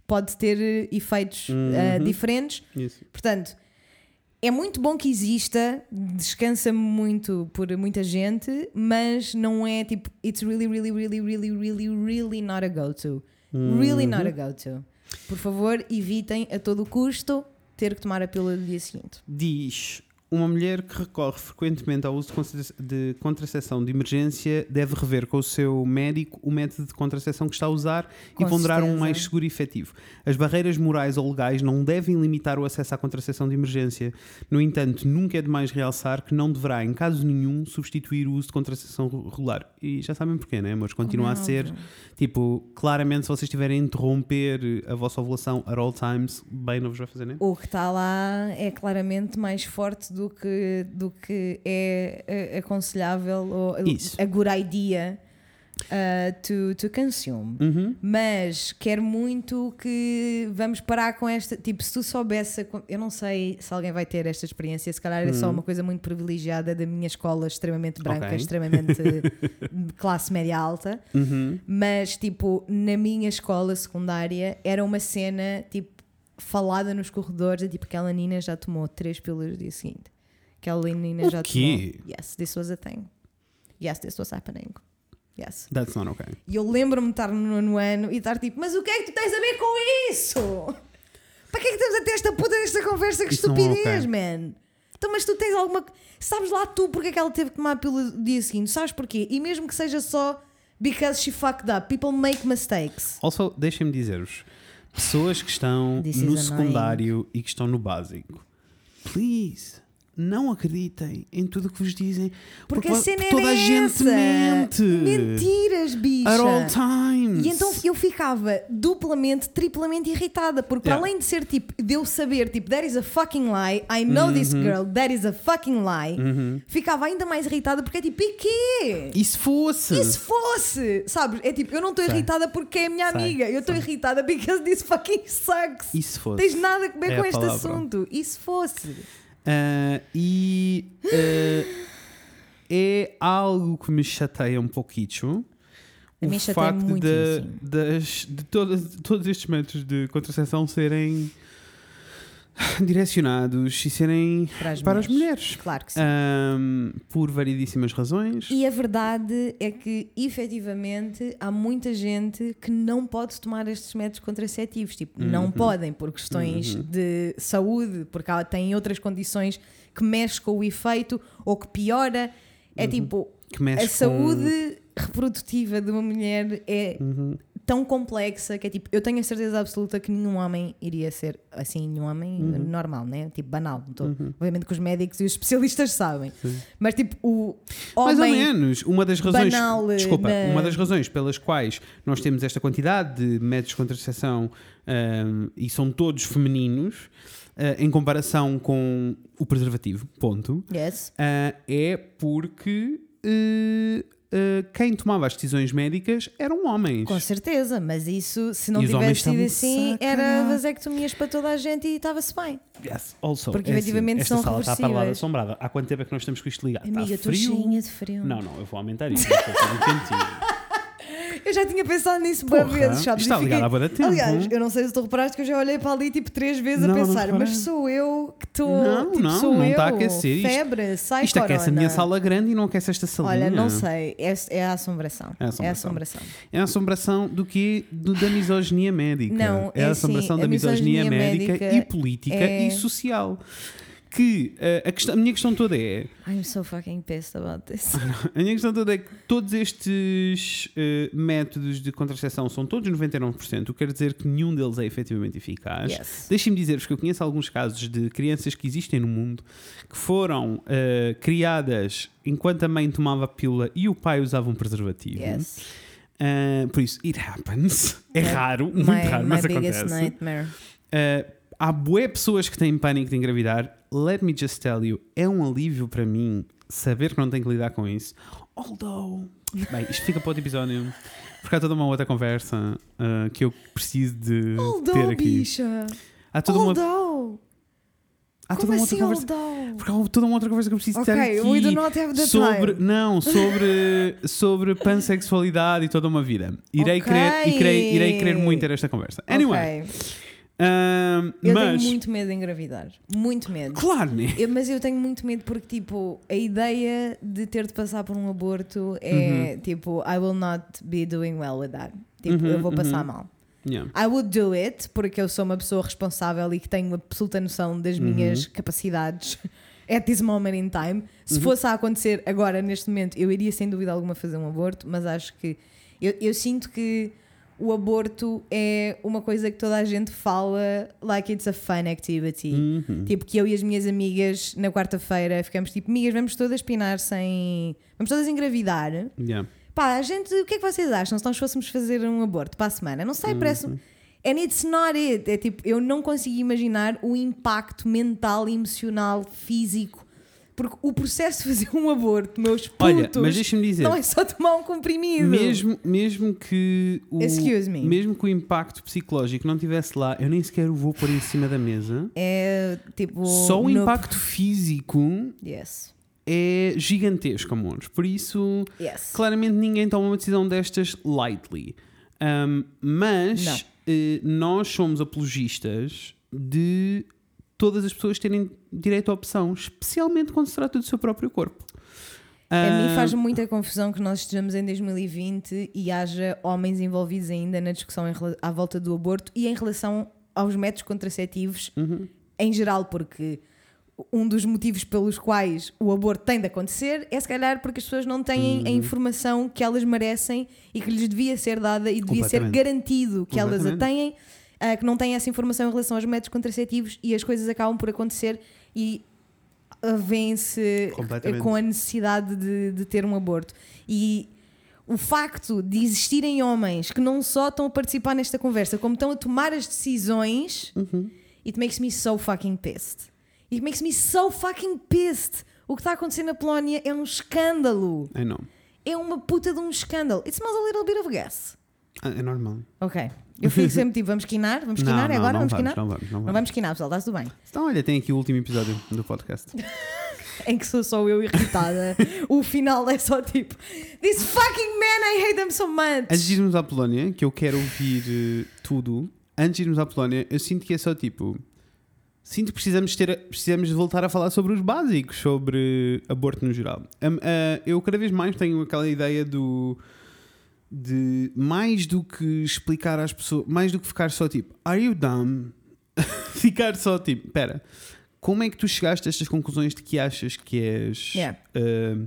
pode ter eh, efeitos Uhum. eh, diferentes. Isso. Portanto, é muito bom que exista, descansa muito por muita gente, mas não é tipo, it's really, really, really, really, really, really not a go-to. Really not a go-to. Por favor, evitem a todo custo ter que tomar a pílula do dia seguinte. Diz: uma mulher que recorre frequentemente ao uso de contra- de contracepção de emergência deve rever com o seu médico o método de contracepção que está a usar Com e ponderar um certeza. mais seguro e efetivo. As barreiras morais ou legais não devem limitar o acesso à contracepção de emergência. No entanto, nunca é demais realçar que não deverá, em caso nenhum, substituir o uso de contracepção regular. E já sabem porquê, né, amores? Continua Como é a ser, óbvio. tipo, claramente, se vocês estiverem a interromper a vossa ovulação at all times, bem não vos vai fazer, né? O que está lá é claramente mais forte do que, do que é eh, aconselhável ou Isso. a good idea uh, to, to consume. Uhum. Mas quero muito que vamos parar com esta. Tipo, se tu soubesse, eu não sei se alguém vai ter esta experiência, se calhar é só uma coisa muito privilegiada da minha escola, extremamente branca, Ok. extremamente de classe média alta. Uhum. Mas, tipo, na minha escola secundária era uma cena, tipo, falada nos corredores, é tipo, aquela Nina já tomou três pílulas no dia seguinte. Aquela Nina O já quê? tomou. Yes, this was a thing. Yes, this was happening. Yes. That's not okay. E eu lembro-me de estar no nono ano e estar tipo, mas o que é que tu tens a ver com isso? Para que é que estamos a ter esta puta desta conversa? Que Isso não é estupidez, ok. man. Então, mas tu tens alguma. Sabes lá tu porque é que ela teve que tomar a pílula no dia seguinte? Sabes porquê? E mesmo que seja só because she fucked up, people make mistakes. Also, deixem-me dizer-vos, pessoas que estão This no is secundário e que estão no básico, please, não acreditem em tudo o que vos dizem, Porque, porque a cena toda era a gente essa. mente. Mentiras, bicha. At all times. E então eu ficava duplamente, triplamente irritada, porque Yeah. além de ser tipo, de eu saber, tipo, that is a fucking lie, I know this Uhum. girl, that is a fucking lie, ficava ainda mais irritada porque é tipo, e quê? E se fosse? E se fosse? Sabes? É tipo, eu não estou Sei. irritada porque é a minha Sei, amiga, eu estou sei. irritada because this fucking sucks. E se fosse? Tens nada a ver É com a este palavra. assunto. E se fosse? Ah, e ah, é algo que me chateia um pouquinho. A O mim chateia facto de, muitíssimo. das, de todas, de todos estes métodos de contracepção serem direcionados e serem Para as para as mulheres. mulheres. Claro que sim. Ahm, por variedíssimas razões. E a verdade é que, efetivamente, há muita gente que não pode tomar estes métodos contraceptivos. Tipo, Uhum. não podem por questões de saúde, porque ela tem outras condições que mexe com o efeito ou que piora. É tipo, Que mexe a saúde reprodutiva de uma mulher é Uhum. tão complexa que é tipo, eu tenho a certeza absoluta que nenhum homem iria ser assim, nenhum homem Uhum. normal, né? Tipo, banal. Não tô- Obviamente que os médicos e os especialistas sabem. Mas tipo, o Mais ou homem menos. Uma das razões, banal, desculpa, na- uma das razões pelas quais nós temos esta quantidade de métodos de contracepção ahm, e são todos femininos ah, em comparação com o preservativo, ponto, Yes. ah, é porque eh, eh, quem tomava as decisões médicas eram homens. Com certeza, mas isso, se não E os homens tivesse sido estavam-se assim, a era cagar. vasectomias para toda a gente e estava-se bem. Yes, also, Porque é efetivamente assim, esta são sala está a parlar reversíveis. assombrada. Há quanto tempo é que nós estamos com isto ligado? Amiga, está estou frio? cheinha de frio. Não, não, eu vou aumentar isto. Não estou a ser incentivo. Eu já tinha pensado nisso boas Porra, vezes, sabes? está E fiquei- ligado há bué de tempo. Aliás, eu não sei se tu reparaste que eu já olhei para ali tipo três vezes Não, a não pensar, reparei. mas sou eu que estou. Não, tipo, não, sou não eu. está a aquecer isto. Febre, sai Isto aquece a corona. minha sala grande e não aquece esta salinha. Olha, não sei, é, é a assombração. É a assombração. É a assombração. É a assombração do quê? Do, da misoginia médica. Não, é é a assim, assombração a da misoginia, misoginia médica, médica e política é- e social. Que eh, a, questão- a minha questão toda é. I'm so fucking pissed about this. A minha questão toda é que todos estes eh, métodos de contracepção são todos noventa e nove por cento, o que quer dizer que nenhum deles é efetivamente eficaz. Yes. Deixem-me dizer-vos que eu conheço alguns casos de crianças que existem no mundo que foram eh, criadas enquanto a mãe tomava a pílula e o pai usava um preservativo. Yes. Uh, por isso, it happens. É My- raro, muito my, raro, my mas biggest acontece. nightmare. Uh, há bué pessoas que têm pânico de engravidar. Let me just tell you, é um alívio para mim saber que não tenho que lidar com isso. Although, bem, isto fica para outro episódio, porque há toda uma outra conversa uh, que eu preciso de ter Although, aqui. bicha. Há toda uma... Although. Há Como toda uma assim, outra conversa. although? Porque há toda uma outra conversa que eu preciso Ok, ter aqui we do not have the sobre, time. não, sobre, sobre pansexualidade e toda uma vida. Irei, Ok. querer, e querer, irei querer muito ter esta conversa. Anyway, Ok. um, Eu mas tenho muito medo de engravidar. Muito medo. claro, né? Eu- mas eu tenho muito medo porque, tipo, a ideia de ter de passar por um aborto é, tipo, I will not be doing well with that. Tipo, Uhum, eu vou passar uhum. mal. Yeah. I would do it porque eu sou uma pessoa responsável e que tenho absoluta noção das Uhum. minhas capacidades at this moment in time. Se Uhum. fosse a acontecer agora, neste momento, eu iria sem dúvida alguma fazer um aborto, mas acho que eu, eu sinto que o aborto é uma coisa que toda a gente fala like it's a fun activity. Uhum. Tipo, que eu e as minhas amigas na quarta-feira ficamos tipo, amigas, vamos todas pinar sem. Vamos todas engravidar. Yeah. Pá, a gente, o que é que vocês acham se nós fôssemos fazer um aborto para a semana? Não sei, parece. And it's not it. É tipo, eu não consigo imaginar o impacto mental, emocional, físico. Porque o processo de fazer um aborto, meus putos, Olha, mas deixa-me dizer, não é só tomar um comprimido. mesmo, mesmo que o, Excuse me. mesmo que o impacto psicológico não estivesse lá, eu nem sequer o vou pôr em cima da mesa. É tipo. Só o no- impacto físico Yes. é gigantesco, amores. Por isso, Yes. claramente ninguém toma uma decisão destas lightly. Um, mas Não. eh, nós somos apologistas de todas as pessoas terem direito à opção, especialmente quando se trata do seu próprio corpo. A mim Ah, faz muita confusão que nós estejamos em dois mil e vinte e haja homens envolvidos ainda na discussão em rela- à volta do aborto e em relação aos métodos contraceptivos Uhum. em geral, porque um dos motivos pelos quais o aborto tem de acontecer é se calhar porque as pessoas não têm Uhum. a informação que elas merecem e que lhes devia ser dada e devia ser Completamente. garantido que elas a Completamente. têm, ah, que não têm essa informação em relação aos métodos contraceptivos e as coisas acabam por acontecer e ah, vêm-se Completamente. com a necessidade de, de ter um aborto. E o facto de existirem homens que não só estão a participar nesta conversa, como estão a tomar as decisões, Uhum. it makes me so fucking pissed. It makes me so fucking pissed. O que está a acontecer na Polónia é um escândalo. I know. É uma puta de um escândalo. It smells a little bit of gas. Ah, é normal. Ok. Eu fico sempre tipo, vamos quinar? Vamos Não, quinar? É não, agora? não Vamos vamos, quinar? não vamos, não Não vamos. vamos quinar, pessoal, está tudo bem. Então, olha, tem aqui o último episódio do podcast. Em que sou só eu irritada. O final é só tipo, this fucking man, I hate them so much. Antes de irmos à Polónia, que eu quero ouvir eh, tudo, antes de irmos à Polónia, eu sinto que é só tipo. Sinto que precisamos, ter, precisamos de voltar a falar sobre os básicos, sobre aborto no geral. Um, uh, eu cada vez mais tenho aquela ideia do. De mais do que explicar às pessoas, mais do que ficar só tipo, are you dumb? Ficar só tipo, pera, como é que tu chegaste a estas conclusões de que achas que és Yeah. uh,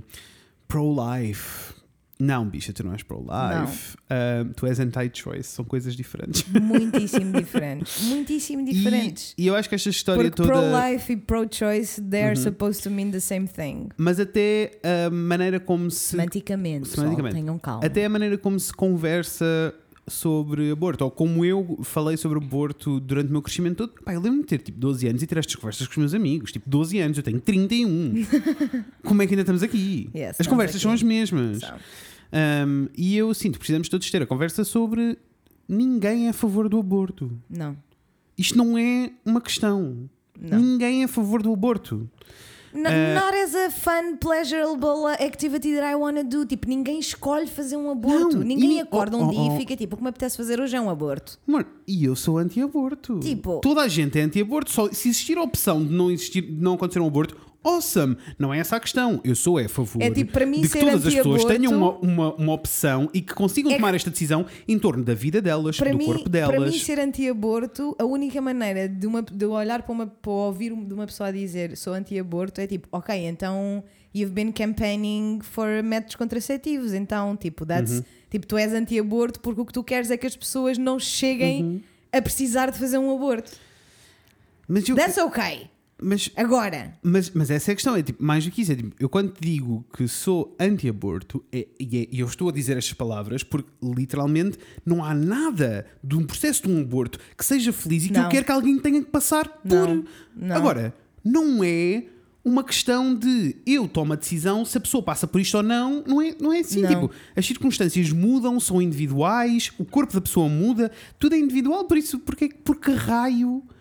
pro-life? Não, bicha, tu não és pro-life. Uh, tu és anti-choice, são coisas diferentes. Muitíssimo diferentes. Muitíssimo diferentes. E, e eu acho que esta história Porque toda. pro-life e pro-choice, they're Uhum. supposed to mean the same thing. Mas até a maneira como se. Semanticamente, pessoal, Semanticamente. tenham calma. Até a maneira como se conversa sobre aborto, ou como eu falei sobre aborto durante o meu crescimento todo. Pá, eu lembro-me de ter tipo doze anos e ter estas conversas com os meus amigos. Tipo, doze anos, eu tenho trinta e um. Como é que ainda estamos aqui? Yes, as estamos conversas aqui. são as mesmas. São. Um, e eu sinto que precisamos todos ter a conversa sobre ninguém é a favor do aborto. Não, Isto não é uma questão. não. Ninguém é a favor do aborto. N- Eh, not as a fun, pleasurable activity that I wanna do. Tipo, ninguém escolhe fazer um aborto. Não, Ninguém e- acorda oh, um oh, dia oh. e fica tipo, o que me apetece fazer hoje é um aborto. Mano, e eu sou anti-aborto. Tipo- Toda a gente é anti-aborto. Só se existir a opção de não, existir, de não acontecer um aborto, awesome. Não é essa a questão. Eu sou é a favor É tipo, para mim, de que ser todas as pessoas anti-aborto- tenham uma, uma, uma opção e que consigam É tomar esta decisão em torno da vida delas, Para do mim, corpo para delas. mim, ser anti-aborto, a única maneira de, uma, de eu olhar para, uma, para ouvir de uma pessoa a dizer sou anti-aborto é tipo, ok, então you've been campaigning for métodos contraceptivos. Então, tipo, that's, Uhum. tipo, tu és anti-aborto porque o que tu queres é que as pessoas não cheguem Uhum. a precisar de fazer um aborto. Mas, eu, That's ok. mas, Agora, mas, mas essa é a questão. É tipo, mais do que isso. É tipo, eu quando te digo que sou anti-aborto, é, e é- e eu estou a dizer estas palavras porque literalmente não há nada de um processo de um aborto que seja feliz e que Não. eu quero que alguém tenha que passar por. Não, não. Agora, não é uma questão de eu tomo a decisão se a pessoa passa por isto ou não. Não é, não é assim. Não. Tipo, as circunstâncias mudam, são individuais, o corpo da pessoa muda, tudo é individual. Por isso, porque, porque raio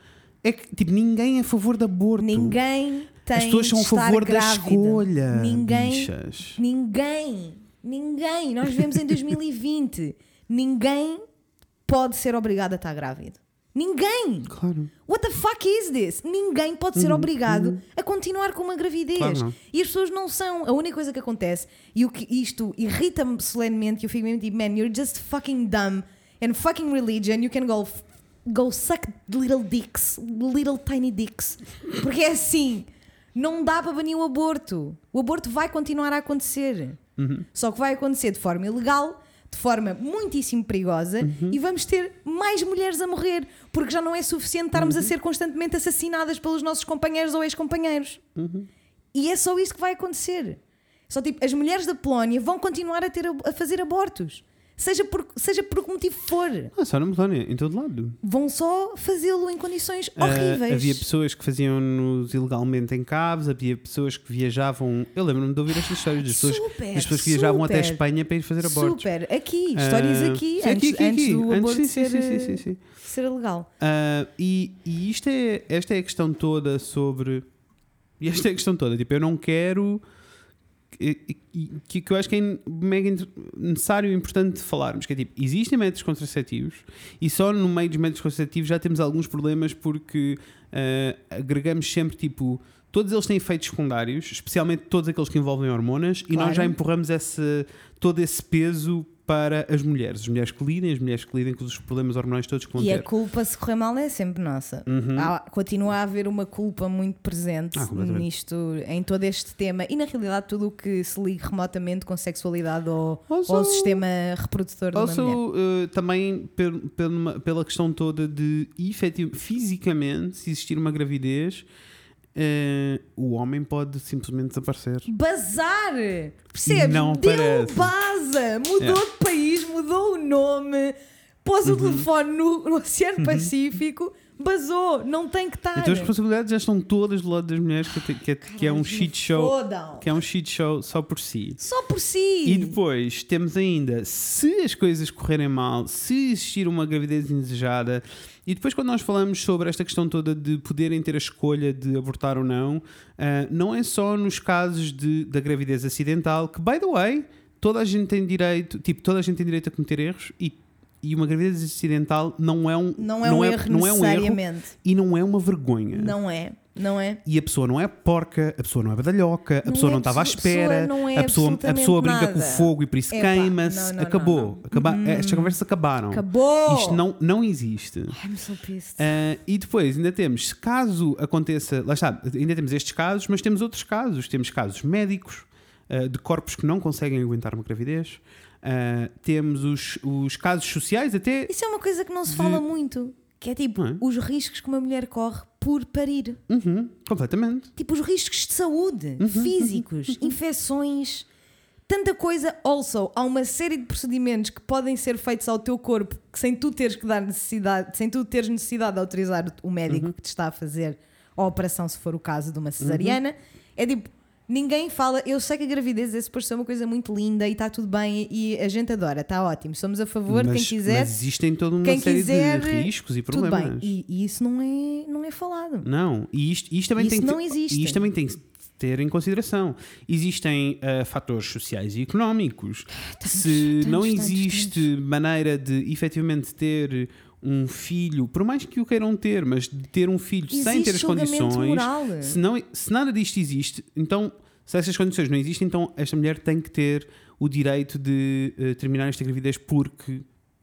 É que, tipo, ninguém é a favor de aborto. Ninguém tem As pessoas são a de estar favor da grávida. escolha. Ninguém, bichas. ninguém, ninguém. Nós vivemos em dois mil e vinte. Ninguém pode ser obrigado a estar grávido. Ninguém. Claro. What the fuck is this? Ninguém pode ser obrigado a continuar com uma gravidez. Claro não. E as pessoas não são. A única coisa que acontece, e o que isto irrita-me solenemente, que eu fico mesmo tipo, man, you're just fucking dumb and fucking religion. You can go, go suck little dicks, little tiny dicks. Porque é assim, não dá para banir o aborto. O aborto vai continuar a acontecer. Uhum. Só que vai acontecer de forma ilegal, de forma muitíssimo perigosa, Uhum. e vamos ter mais mulheres a morrer, porque já não é suficiente estarmos Uhum. a ser constantemente assassinadas pelos nossos companheiros ou ex-companheiros. Uhum. E é só isto que vai acontecer. Só tipo, as mulheres da Polónia vão continuar a, ter, a fazer abortos, seja por, seja por que motivo for. Ah, só na Polónia, em todo lado. Vão só fazê-lo em condições Ah, horríveis. havia pessoas que faziam-nos ilegalmente em cabos, havia pessoas que viajavam. Eu lembro-me de ouvir estas histórias das pessoas, Super, das pessoas que viajavam até a super. Espanha para ir fazer abortos. Super, aqui, histórias Ah, aqui, sim, antes, aqui, aqui, antes aqui. do Antes, aborto sim, ser, sim, sim, sim, sim. ser legal. Ah, e e isto é, esta é a questão toda sobre. E esta é a questão toda. Tipo, eu não quero. Que, que, que eu acho que é mega inter- necessário e importante falarmos. Que é tipo, existem métodos contraceptivos e só no meio dos métodos contraceptivos já temos alguns problemas porque ah, agregamos sempre tipo. Todos eles têm efeitos secundários, especialmente todos aqueles que envolvem hormonas, e Claro. nós já empurramos esse, todo esse peso para as mulheres. As mulheres que lidem, as mulheres que lidem com os problemas hormonais todos que vão E ter. a culpa, se correr mal, é sempre nossa. Uhum. Há- continua a haver uma culpa muito presente Ah, completamente. nisto, em todo este tema, e na realidade tudo o que se liga remotamente com sexualidade ou, Also- ou o sistema reprodutor de uma mulher. Also, uh, também pel- pel- pela questão toda de efetivo, fisicamente, se existir uma gravidez, uh, o homem pode simplesmente desaparecer. Bazar! Percebes? Não Deu parece. baza! Mudou Yeah. de país, mudou o nome, pôs o Uhum. telefone no, no Oceano Pacífico, basou, não tem que estar. Então as responsabilidades já estão todas do lado das mulheres, que, que, é- que é um shit show. Fodam. Que é um shit show só por si. Só por si. E depois temos ainda, se as coisas correrem mal, se existir uma gravidez indesejada, e depois quando nós falamos sobre esta questão toda de poderem ter a escolha de abortar ou não, ah, não é só nos casos de, da gravidez acidental, que, by the way, toda a gente tem direito, tipo, toda a gente tem direito a cometer erros e E uma gravidez acidental não é um, Não é um erro não é um erro necessariamente. e não é uma vergonha. Não é, não é. E a pessoa não é porca, a pessoa não é badalhoca, a Não pessoa é não estava à abso- espera, pessoa não é a, pessoa, a absolutamente pessoa brinca com nada. fogo e por isso Epá, queima-se. não, não, Acabou. não, não. Acaba- Estas conversas acabaram. Acabou! Isto não, não existe. I'm so pissed. Ah, e depois ainda temos, se caso aconteça, lá está, ainda temos estes casos, mas temos outros casos. Temos casos médicos, ah, de corpos que não conseguem aguentar uma gravidez. Ah, temos os, os casos sociais, até. Isso é uma coisa que não se de- fala muito. Que é tipo, Não é? os riscos que uma mulher corre por parir. Uhum, completamente. Tipo, os riscos de saúde, Uhum, físicos, infecções, tanta coisa. Also, há uma série de procedimentos que podem ser feitos ao teu corpo que sem tu teres que dar necessidade, sem tu teres necessidade de autorizar o médico Uhum. que te está a fazer a operação, se for o caso de uma cesariana. É tipo, ninguém fala. Eu sei que a gravidez é suposto ser uma coisa muito linda e está tudo bem e a gente adora, está ótimo. Somos a favor, mas, quem quiser. mas existem toda uma quem série quiser, de riscos e Tudo problemas. bem. E, e isso não é, não é falado. Não, e isto, isto também Isso tem que não ter, existe. e isto também tem que ter em consideração. Existem ah, fatores sociais e económicos. Se tantos, não tantos, existe maneira de efetivamente ter um filho, por mais que o queiram ter, mas de ter um filho sem Existe ter as julgamento condições, moral. se, não, se nada disto existe, então se essas condições não existem, então esta mulher tem que ter o direito de eh, terminar esta gravidez porque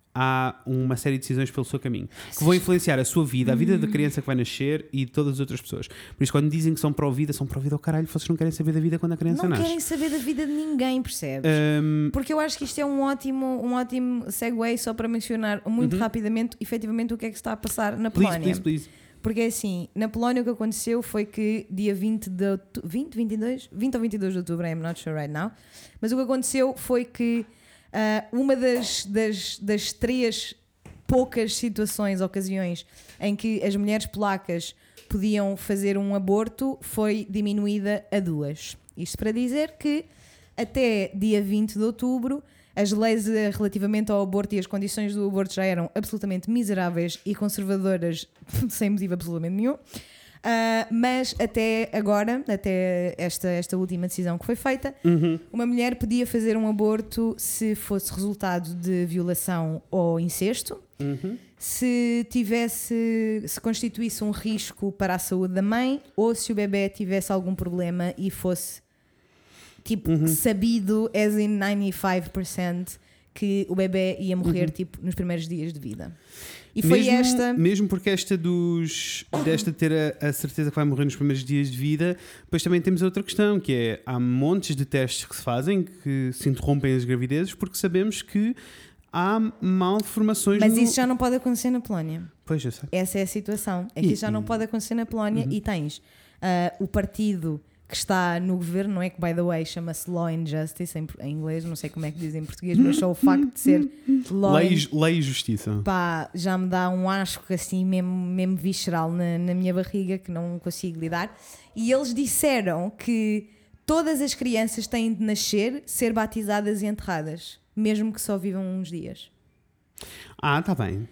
há uma série de decisões pelo seu caminho que vão influenciar a sua vida, a vida da criança que vai nascer e de todas as outras pessoas. Por isso, quando dizem que são pró-vida, são pró-vida ao caralho, vocês não querem saber da vida quando a criança Não nasce. querem saber da vida de ninguém, percebes? Ahm, Porque eu acho que isto é um ótimo, um ótimo segue só para mencionar muito rapidamente, efetivamente, o que é que se está a passar na Uhum. please, Polónia. please, please. Porque é assim, na Polónia o que aconteceu foi que dia vinte de outubro, vinte, vinte e dois? vinte ou vinte e dois de outubro, I'm not sure right now, mas o que aconteceu foi que ah, uma das, das, das três poucas situações, ocasiões em que as mulheres polacas podiam fazer um aborto foi diminuída a duas. Isto para dizer que até dia vinte de outubro, as leis eh, relativamente ao aborto e as condições do aborto já eram absolutamente miseráveis e conservadoras, sem motivo absolutamente nenhum. Uh, mas até agora, até esta, esta última decisão que foi feita, Uhum. uma mulher podia fazer um aborto se fosse resultado de violação ou incesto, Uhum. se tivesse, se constituísse um risco para a saúde da mãe, ou se o bebê tivesse algum problema e fosse tipo Uhum. sabido, as in noventa e cinco por cento, que o bebê ia morrer Uhum. tipo nos primeiros dias de vida. E foi mesmo, esta. Mesmo porque esta dos desta ter a, a certeza que vai morrer nos primeiros dias de vida, depois também temos outra questão, que é há montes de testes que se fazem que se interrompem as gravidezes porque sabemos que há malformações Mas no... isso já não pode acontecer na Polónia. Pois, eu sei. Essa é a situação. É que E- isso já não pode acontecer na Polónia Uhum. e tens ah, o partido que está no governo, não é? Que, by the way, chama-se Law and Justice em, em inglês, não sei como é que diz em português, mas só o facto de ser Law Lei, and... lei e justiça. Pá, já me dá um asco assim mesmo, mesmo visceral na, na minha barriga que não consigo lidar. E eles disseram que todas as crianças têm de nascer, ser batizadas e enterradas, mesmo que só vivam uns dias. Ah, tá bem.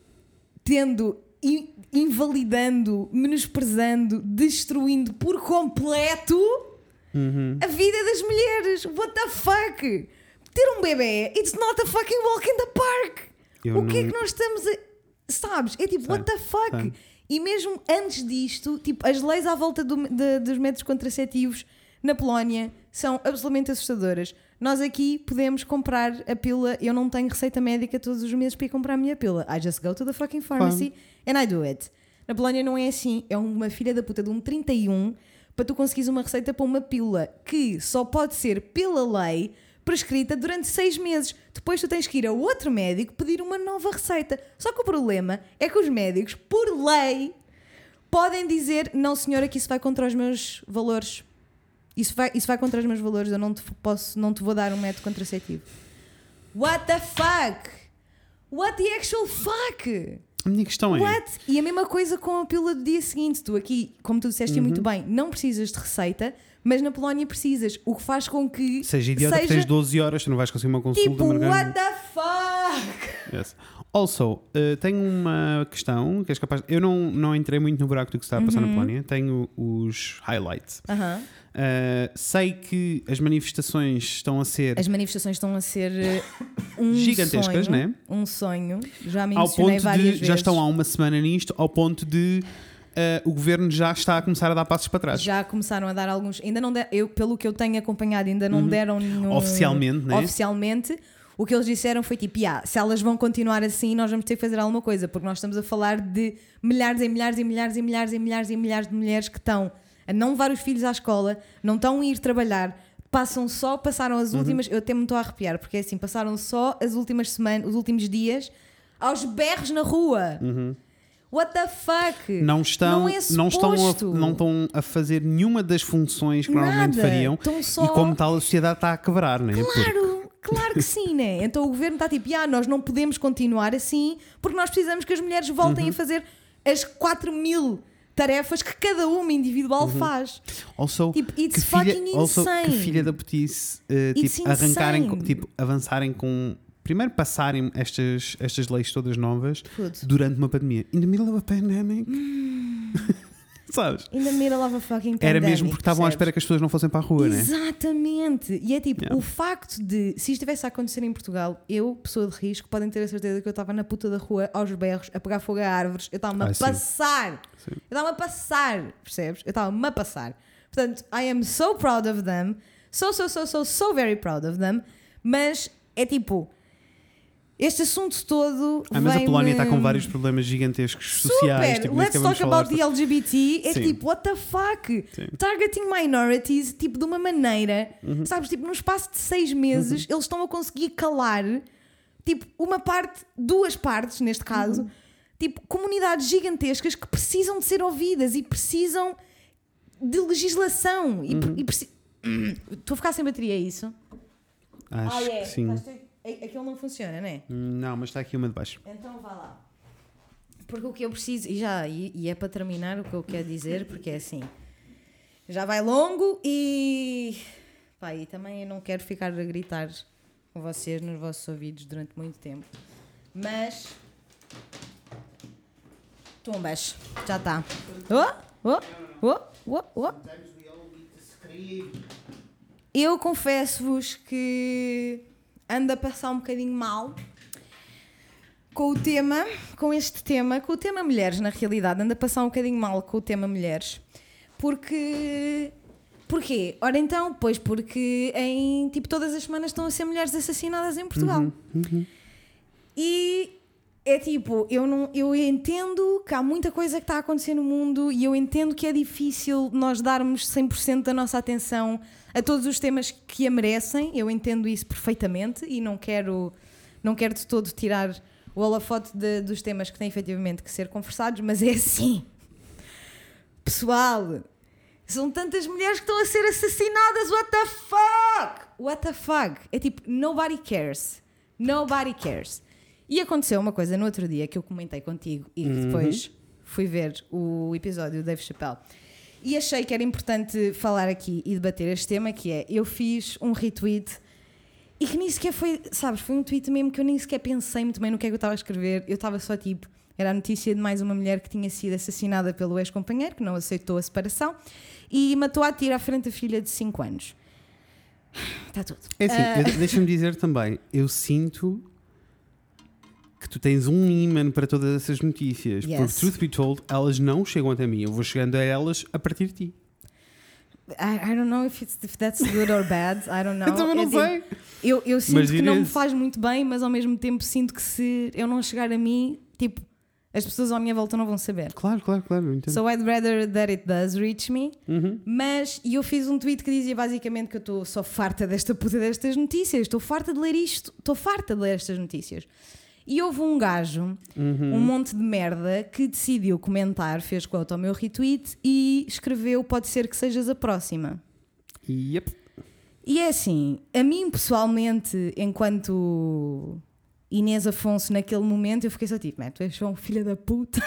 Tendo, in- invalidando, menosprezando, destruindo por completo Uhum. a vida das mulheres. What the fuck? Ter um bebê, it's not a fucking walk in the park. Eu o que é não- que nós estamos a... Sabes? É tipo, Sei, what the fuck? sei. E mesmo antes disto, tipo, as leis à volta do- de- dos métodos contraceptivos na Polónia são absolutamente assustadoras. Nós aqui podemos comprar a pílula. Eu não tenho receita médica todos os meses para ir comprar a minha pílula. I just go to the fucking pharmacy and I do it. Na Polónia não é assim. É uma filha da puta de um trinta e um para tu conseguires uma receita para uma pílula que só pode ser pela lei prescrita durante seis meses. Depois tu tens que ir a outro médico pedir uma nova receita. Só que o problema é que os médicos, por lei, podem dizer: não, senhora, que isso vai contra os meus valores. Isso vai, isso vai contra os meus valores. Eu não te, posso, não te vou dar um método contraceptivo. What the fuck? What the actual fuck? A minha questão é... What? E a mesma coisa com a pílula do dia seguinte. Tu aqui, como tu disseste Uhum. muito bem, não precisas de receita, mas na Polónia precisas. O que faz com que Seja idiota que tens doze horas, tu não vais conseguir uma consulta. tipo, marcar- what the fuck? Yes. Also, uh, tenho uma questão que és capaz. Eu não, não entrei muito no buraco do que se está a passar Uhum. na Polónia. Tenho os highlights. Aham. Uh, sei que as manifestações estão a ser As manifestações estão a ser eh, um Gigantescas, sonho, né? Um sonho. Já me ao emocionei ponto várias de. vezes. Já estão há uma semana nisto, ao ponto de uh, o governo já está a começar a dar passos para trás. Já começaram a dar alguns. Ainda não der, eu, pelo que eu tenho acompanhado, ainda não deram nenhum. Oficialmente, né? Oficialmente. O que eles disseram foi tipo: yeah, se elas vão continuar assim, nós vamos ter que fazer alguma coisa, porque nós estamos a falar de milhares e milhares e milhares e milhares e milhares e milhares de mulheres que estão a não levar os filhos à escola, não estão a ir trabalhar, passam só, passaram as últimas. Eu até me estou a arrepiar, porque é assim, passaram só as últimas semanas, os últimos dias aos berros na rua. What the fuck? Não estão, Não é não, estão suposto. a, não estão a fazer nenhuma das funções que Nada. normalmente fariam. Estão só- E como tal, a sociedade está a quebrar, não é? Porque- Claro, claro que sim, né? Então o governo está tipo, ah, nós não podemos continuar assim porque nós precisamos que as mulheres voltem Uhum. a fazer as quatro mil tarefas que cada uma individual faz. Also, Tipo, it's que filha, fucking also, que insane. filha da putice uh, It's tipo, arrancarem, insane. com- tipo, avançarem com. Primeiro passarem estas, estas leis todas novas Food. durante uma pandemia. In the middle of a pandemic. Sabes? In the middle of a fucking pandemic. Era mesmo porque estavam à percebes? espera que as pessoas não fossem para a rua, né? Exatamente. E é tipo, Yeah. o facto de, se isto tivesse a acontecer em Portugal, eu, pessoa de risco, podem ter a certeza que eu estava na puta da rua, aos berros, a pegar fogo a árvores, eu estava-me a Ah, sim. passar. Sim. Eu estava a passar, percebes? Eu estava-me a passar. Portanto, I am so proud of them. So, so, so, so, so very proud of them. Mas é tipo, este assunto todo. Ah, mas a vem-me- Polónia está com vários problemas gigantescos sociais. Super! Tipo, nem Let's sequer vamos talk falar about the L G B T. É Sim. tipo, what the fuck? Sim. Targeting minorities, tipo, de uma maneira, Uhum. sabes, tipo, num espaço de seis meses, eles estão a conseguir calar, tipo, uma parte, duas partes, neste caso, Uhum. tipo, comunidades gigantescas que precisam de ser ouvidas e precisam de legislação. E, Uhum. e preci- Estou a ficar sem bateria, é isso? Acho ah, é. que sim. Estás a- Aquilo não funciona, não é? Não, mas está aqui uma de baixo. Então vá lá. Porque o que eu preciso, e já, e, e é para terminar o que eu quero dizer, porque é assim, já vai longo e Pá, e também eu não quero ficar a gritar com vocês nos vossos ouvidos durante muito tempo. Mas... Tumbas. Já está. Oh, oh, oh, oh, oh. Eu confesso-vos que ando a passar um bocadinho mal com o tema, com este tema, com o tema mulheres, na realidade. Ando a passar um bocadinho mal com o tema mulheres. Porque... Porquê? Ora então, pois porque em, tipo, todas as semanas estão a ser mulheres assassinadas em Portugal. Uhum, uhum. E é tipo, eu, não, eu entendo que há muita coisa que está a acontecer no mundo e eu entendo que é difícil nós darmos cem por cento da nossa atenção a todos os temas que a merecem. Eu entendo isso perfeitamente e não quero, não quero de todo tirar o holofote de, dos temas que têm efetivamente que ser conversados, mas é assim. Pessoal, são tantas mulheres que estão a ser assassinadas, what the fuck? What the fuck? É tipo, nobody cares. Nobody cares. E aconteceu uma coisa no outro dia que eu comentei contigo e que depois uhum. fui ver o episódio do Dave Chappelle e achei que era importante falar aqui e debater este tema, que é, eu fiz um retweet e que nem sequer foi, sabes, foi um tweet mesmo que eu nem sequer pensei muito bem no que é que eu estava a escrever. Eu estava só tipo, era a notícia de mais uma mulher que tinha sido assassinada pelo ex-companheiro, que não aceitou a separação e matou a tiro à frente da filha de cinco anos. Está tudo. É assim, uh... deixa-me dizer também, eu sinto que tu tens um imã para todas essas notícias. Yes. Porque, truth be told, elas não chegam até mim. Eu vou chegando a elas a partir de ti. I, I don't know if, it's, if that's good or bad. I don't know. Eu também não eu, sei. Eu, eu sinto mas que não me faz muito bem, mas ao mesmo tempo sinto que se eu não chegar a mim, tipo, as pessoas à minha volta não vão saber. Claro, claro, claro. Entendo. So I'd rather that it does reach me. Uhum. Mas eu fiz um tweet que dizia basicamente que eu estou só farta desta puta destas notícias. Estou farta de ler isto. Estou farta de ler estas notícias. E houve um gajo, uhum. um monte de merda, que decidiu comentar, fez quote ao meu retweet e escreveu: pode ser que sejas a próxima. Yep. E é assim, a mim pessoalmente, enquanto Inês Afonso naquele momento, eu fiquei só tipo, tu és só um filho da puta.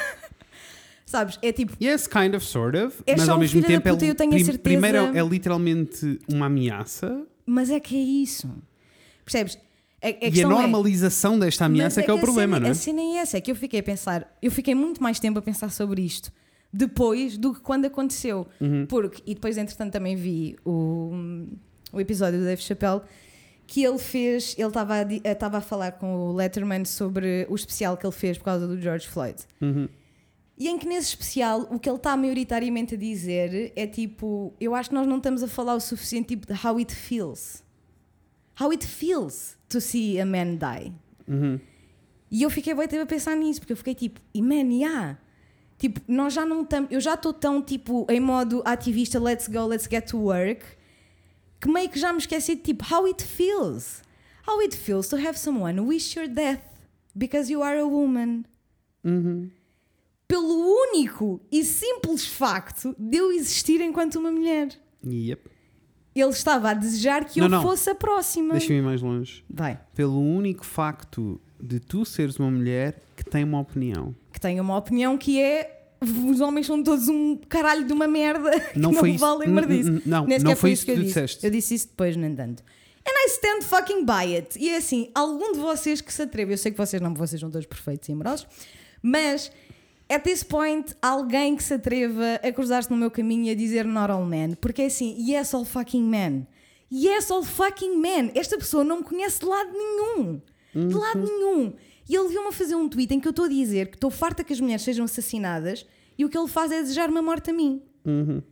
Sabes, é tipo... Yes, kind of, sort of. És mas só ao um mesmo filho tempo da puta, é, eu tenho prim- a certeza... primeiro é literalmente uma ameaça. Mas é que é isso. Percebes? A, a e a normalização é, desta ameaça é que é o problema, cena, não é? A cena é essa, é que eu fiquei a pensar, eu fiquei muito mais tempo a pensar sobre isto depois do que quando aconteceu. Uhum. Porque, e depois entretanto também vi o, o episódio do Dave Chappelle, que ele fez, ele estava a, estava a falar com o Letterman sobre o especial que ele fez por causa do George Floyd. Uhum. E em que nesse especial o que ele está maioritariamente a dizer é tipo, eu acho que nós não estamos a falar o suficiente tipo de how it feels. How it feels to see a man die. Uhum. E eu fiquei bem a pensar nisso, porque eu fiquei tipo, e man, yeah. Tipo, nós já não estamos, eu já estou tão tipo em modo ativista, let's go, let's get to work, que meio que já me esqueci de tipo, how it feels. How it feels to have someone wish your death because you are a woman. Uhum. Pelo único e simples facto de eu existir enquanto uma mulher. Yep. Ele estava a desejar que não, eu não. fosse a próxima. Deixa-me ir mais longe. Vai. Pelo único facto de tu seres uma mulher que tem uma opinião. Que tem uma opinião que é... Os homens são todos um caralho de uma merda. Não que foi não isso. valem merdice. N- não, Nem não foi foi isso que, que tu eu disseste. disse. Eu disse isso depois, no entanto. And I stand fucking by it. E é assim, algum de vocês que se atreve, eu sei que vocês não, vocês são todos perfeitos e amorosos, mas... At this point, alguém que se atreva a cruzar-se no meu caminho e a dizer not all men. Porque é assim, yes all fucking men. Yes all fucking men. Esta pessoa não me conhece de lado nenhum. Uhum. De lado nenhum. E ele viu-me a fazer um tweet em que eu estou a dizer que estou farta que as mulheres sejam assassinadas e o que ele faz é desejar-me a morte a mim. Uhum.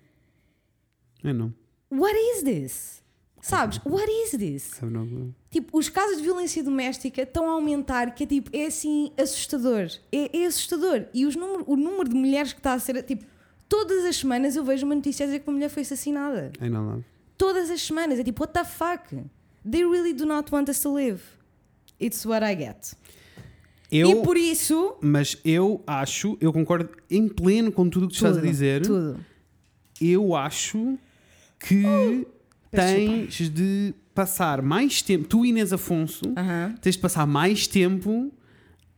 Eu não. What is this? Sabes? What is this? Não. Tipo, os casos de violência doméstica estão a aumentar, que é tipo, é assim assustador. É, é assustador. E os número, o número de mulheres que está a ser, tipo, todas as semanas eu vejo uma notícia a dizer que uma mulher foi assassinada. I know that. Todas as semanas. É tipo, what the fuck? They really do not want us to live. It's what I get. Eu, e por isso... Mas eu acho, eu concordo em pleno com tudo o que tu tudo, estás a dizer. Tudo. Eu acho que oh, tens de passar mais tempo, tu Inês Afonso, uh-huh. tens de passar mais tempo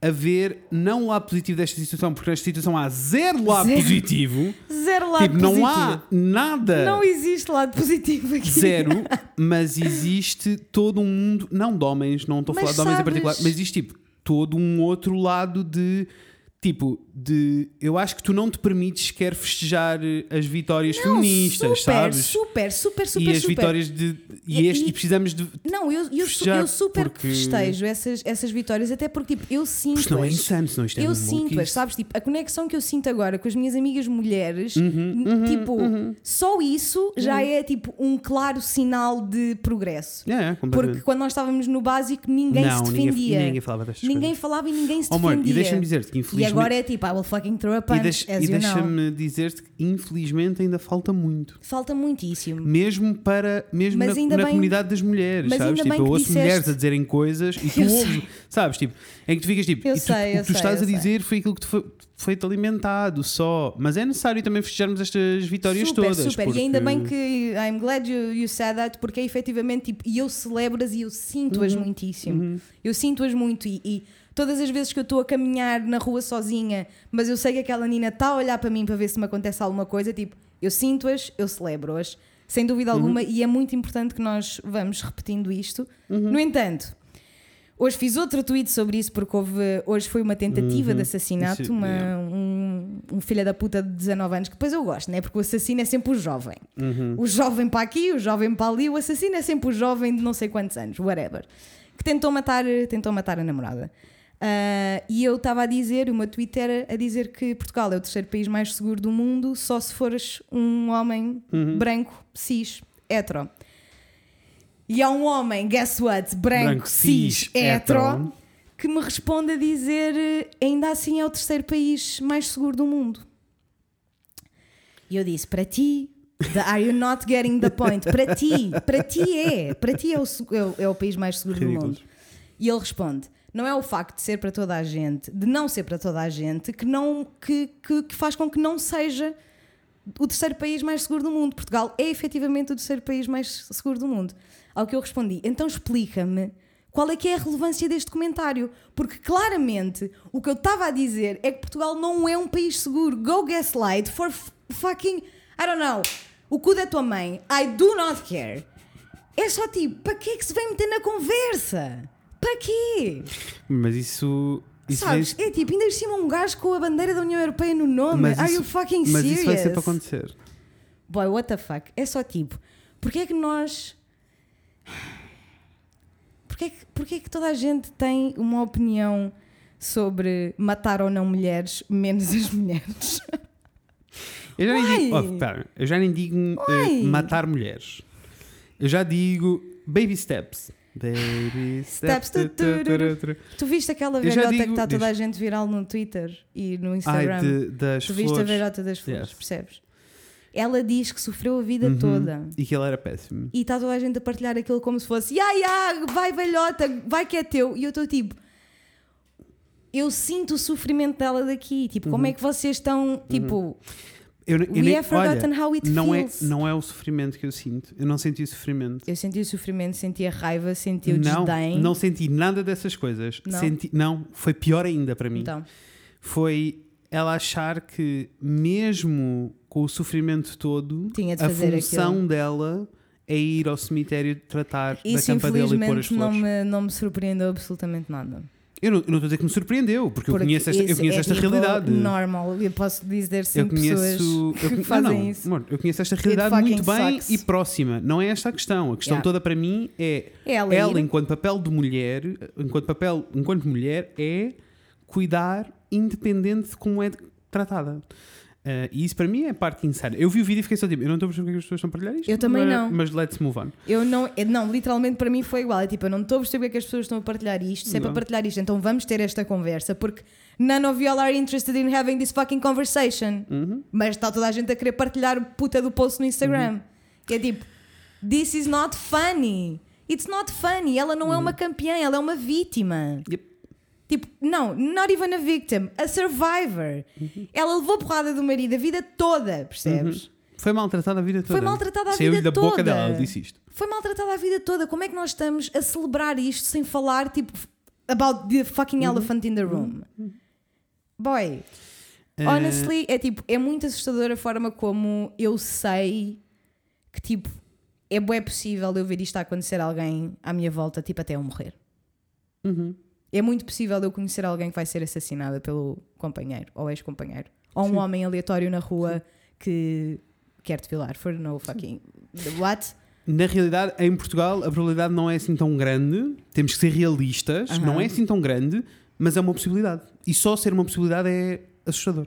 haver não o lado positivo desta situação, porque nesta situação há zero lado Zero. positivo. Zero lado Tipo, positivo. não há nada. Não existe lado positivo aqui. Zero, mas existe todo um mundo, não de homens, não estou a falar Mas de homens em sabes- particular, mas existe tipo todo um outro lado de tipo de eu acho que tu não te permites sequer festejar as vitórias Não, feministas, super, sabes? super, super, super, e as super. vitórias de e, E- este, e- e precisamos de Não, eu, eu, su- festejar eu super porque- festejo essas, essas vitórias, até porque tipo, eu sinto. porque senão é insano, senão isto é Eu uma sinto-as, maluquice. sabes? Tipo, a conexão que eu sinto agora com as minhas amigas mulheres, Uhum, uhum, tipo, uhum. só isso já é tipo um claro sinal de progresso. É, é, Porque completamente. quando nós estávamos no básico, ninguém não, se ninguém, defendia. ninguém falava destas Ninguém coisas. falava e ninguém se Oh, amor, defendia. e deixa-me dizer-te que E infelizmente agora é tipo, I will fucking throw a e, punch, deixa- as e you know. deixa-me dizer-te que infelizmente ainda falta muito. Falta muitíssimo. Mesmo para mesmo Mas na, ainda na bem- comunidade das mulheres, mas sabes? ainda Tipo, bem eu que ouço disseste- mulheres a dizerem coisas e tu Eu ouves, sei. sabes? Tipo, em que tu ficas tipo, Eu e tu, sei, o eu que tu sei, estás eu a sei. dizer foi aquilo que te foi, foi-te alimentado só. Mas é necessário também festejarmos estas vitórias Super, todas. super. porque- E ainda bem que I'm glad you, you said that, porque é efetivamente tipo, e eu celebro-as e eu sinto-as Uhum. muitíssimo. Eu sinto-as muito e, e todas as vezes que eu estou a caminhar na rua sozinha, mas eu sei que aquela Nina está a olhar para mim para ver se me acontece alguma coisa, tipo, eu sinto-as, eu celebro-as, sem dúvida alguma, Uhum. e é muito importante que nós vamos repetindo isto. No entanto, hoje fiz outro tweet sobre isso porque houve, hoje foi uma tentativa Uhum. de assassinato, Isso, uma, yeah. um, um filho da puta de dezanove anos, que depois eu gosto, né? Porque o assassino é sempre o jovem. Uhum. O jovem para aqui, o jovem para ali, o assassino é sempre o jovem de não sei quantos anos, whatever. Que tentou matar, tentou matar a namorada. Ah, e eu estava a dizer, o meu tweet era a dizer que Portugal é o terceiro país mais seguro do mundo só se fores um homem Uhum. branco, cis, hetero. E há um homem, guess what? Branco, Branco, cis, cis, hetero, hetero. que me responde a dizer eh, ainda assim é o terceiro país mais seguro do mundo. E eu disse, para ti, the, are you not getting the point? Para ti, para ti é, para ti é o, se- é o, é o país mais seguro do Ridículos. mundo. E ele responde, não é o facto de ser para toda a gente, de não ser para toda a gente, que, não, que, que, que faz com que não seja o terceiro país mais seguro do mundo. Portugal é efetivamente o terceiro país mais seguro do mundo. Ao que eu respondi, então explica-me qual é que é a relevância deste comentário, porque claramente o que eu estava a dizer é que Portugal não é um país seguro. Go gaslight for f- fucking, I don't know, o cu da tua mãe, I do not care. É só tipo, para que é que se vem meter na conversa? Para quê? Mas isso. isso Sabes? vem- É tipo, ainda por cima um gajo com a bandeira da União Europeia no nome. mas Are isso- you fucking mas serious? isso vai sempre acontecer. Boy, what the fuck? É só tipo, porque é que nós. Porque é que, porque é que toda a gente tem uma opinião sobre matar ou não mulheres, menos as mulheres? Eu já nem Why? digo, oh, pera, eu já nem digo eh, Why? matar mulheres. Eu já digo baby steps. Baby steps. Steps, tu, tu, tu, tu. Tu viste aquela Eu já velhota digo- que está toda diz. a gente viral no Twitter e no Ai, Instagram? de, das Tu viste a flores. velhota das flores, Yes. percebes? Ela diz que sofreu a vida Uhum. toda. E que ele era péssimo. E está toda a gente a partilhar aquilo como se fosse ya, ya, vai velhota, vai que é teu. E eu estou tipo, eu sinto o sofrimento dela daqui. Tipo, como é que vocês estão, tipo, Eu, eu we nem- have forgotten olha, how it não é, feels. não é o sofrimento que eu sinto. Eu não senti o sofrimento. Eu senti o sofrimento, senti a raiva, senti o não, desdém. não senti nada dessas coisas. Não? Senti, não, foi pior ainda para mim. Então, Foi ela achar que mesmo com o sofrimento todo, Tinha de a fazer função aquilo. dela é ir ao cemitério tratar isso da campa dele e pôr as infelizmente não flores. me, não me surpreendeu absolutamente nada. Eu não, eu não estou a dizer que me surpreendeu, porque, eu Porque conheço esta, eu isso conheço é, esta tipo, realidade. normal. Eu posso dizer Eu cinco conheço, pessoas eu, que conhe- fazem ah, não, isso. amor, eu conheço esta realidade fucking muito bem sucks. e próxima. Não é esta a questão. A questão Yeah. toda para mim é Ela, ela, ir, enquanto papel de mulher, enquanto papel, enquanto mulher, é cuidar independente de como é tratada. Uh, e isso para mim é a parte insana. Eu vi o vídeo e fiquei só tipo, eu não estou a perceber porque as pessoas estão a partilhar isto. Eu também mas, não. Mas let's move on. Eu não, eu- não, literalmente para mim foi igual. É tipo, eu não estou a perceber que as pessoas estão a partilhar isto. Se é Não. para partilhar isto, então vamos ter esta conversa. Porque none of y'all are interested in having this fucking conversation. Uhum. Mas está toda a gente a querer partilhar o puta do post no Instagram. Uhum. Que é tipo, this is not funny. It's not funny. Ela não é uma campeã, ela é uma vítima. Yep. Tipo, não, not even a victim, a survivor. Ela levou porrada do marido a vida toda, percebes? Foi maltratada a vida toda. Foi maltratada a Saiu-lhe vida da boca toda. dela, ela disse isto. Foi maltratada a vida toda. Como é que nós estamos a celebrar isto sem falar, tipo, about the fucking elephant in the room. Boy, Uh, honestly, é tipo, é muito assustadora a forma como eu sei que tipo, é bué possível eu ver isto a acontecer a alguém à minha volta, tipo até eu morrer. Uhum. É muito possível eu conhecer alguém que vai ser assassinada pelo companheiro ou ex-companheiro. Ou um Sim. homem aleatório na rua que quer te violar. For no fucking... What? Na realidade, em Portugal, a probabilidade não é assim tão grande. Temos que ser realistas. Aham. Não é assim tão grande, mas é uma possibilidade. E só ser uma possibilidade é assustador.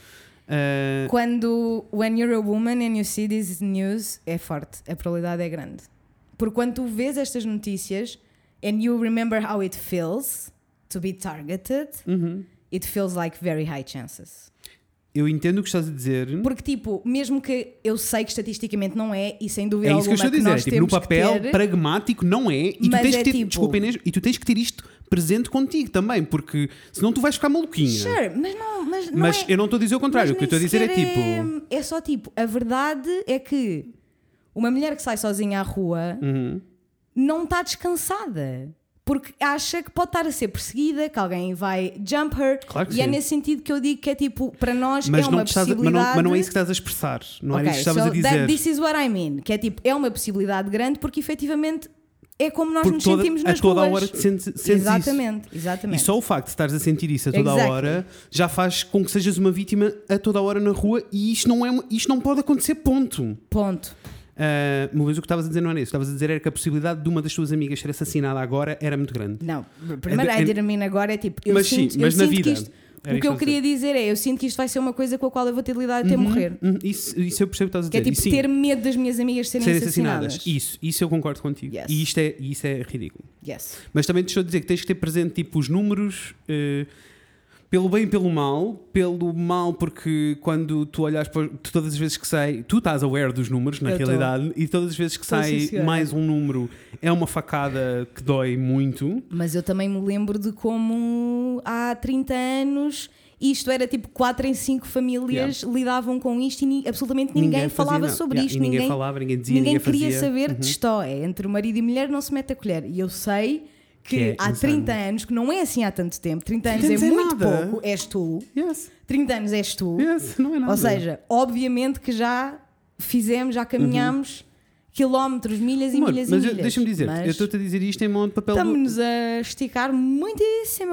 Uh, Quando when you're a woman and you see this news, é forte. A probabilidade é grande. Porque quando tu vês estas notícias and you remember how it feels to be targeted, uhum. it feels like very high chances. Eu entendo o que estás a dizer. Porque, tipo, mesmo que eu sei que estatisticamente não é, e sem dúvida É isso que eu alguma estou a dizer. nós É, tipo, no temos papel que ter, pragmático não é. E tu Mas tens é que ter, tipo- desculpa, Inês, e tu tens que ter isto presente contigo também, porque senão tu vais ficar maluquinha. Sure, mas não, mas não Mas é, eu não estou a dizer o contrário. mas O que eu nem estou a dizer é sequer tipo. É, é só tipo, a verdade é que uma mulher que sai sozinha à rua Uhum. não está descansada. Porque acha que pode estar a ser perseguida, que alguém vai jump her. Claro que e é sim. nesse sentido que eu digo que é tipo, para nós Mas é não, uma te estás a- mas, possibilidade. não, mas não é isso que estás a expressar. Não Ok, é isso que estavas so a dizer. that- this is what I mean. Que é tipo, é uma possibilidade grande porque efetivamente é como nós Porque nos toda, sentimos a nas toda a ruas. hora te sentes, sentes isso. Exatamente, exatamente. E só o facto de estares a sentir isso a toda Exactly. a hora já faz com que sejas uma vítima a toda a hora na rua e isto não, é, uma- isto não pode acontecer, ponto. Ponto. Uh, mas o que estavas a dizer não era isso. Estavas a dizer era que a possibilidade de uma das tuas amigas ser assassinada agora era muito grande. Não, primeiro É de- I didn't mean agora é tipo, eu Mas sinto, sim, eu mas na sinto vida. que isto, Era o que isso eu que queria dizer é, eu sinto que isto vai ser uma coisa com a qual eu vou ter de lidar até Uhum, morrer. uhum, isso, isso eu percebo o que estás a Que é dizer. tipo E sim, ter medo das minhas amigas serem serem assassinadas. assassinadas. Isso, isso eu concordo contigo. Yes. E isto é, isso é ridículo. Yes. Mas também te estou a dizer que tens que ter presente tipo, os números eh, pelo bem e pelo mal. Pelo mal porque quando tu olhas para tu, todas as vezes que sai, tu estás aware dos números na Eu tô. realidade e todas as vezes que Tô, sai sim, senhora. mais um número é uma facada que dói muito. Mas eu também me lembro de como há trinta anos isto era tipo quatro em cinco famílias lidavam com isto e ni- absolutamente ninguém, fazia falava nada. sobre Yeah, isto. e ninguém, ninguém falava, ninguém dizia, ninguém ninguém queria fazia. saber Uhum. de história. Entre o marido e mulher não se mete a colher. E eu sei que, Que é há insano. trinta anos, que não é assim há tanto tempo, trinta anos trinta é anos é muito nada. pouco, és tu. Yes, trinta anos és tu. yes, não é nada. Ou seja, obviamente que já fizemos, já caminhamos quilómetros, milhas e Amor, milhas mas e eu- milhas. deixa-me dizer, Mas eu estou-te a dizer isto em mão de papel do... estamos a esticar muitíssimo.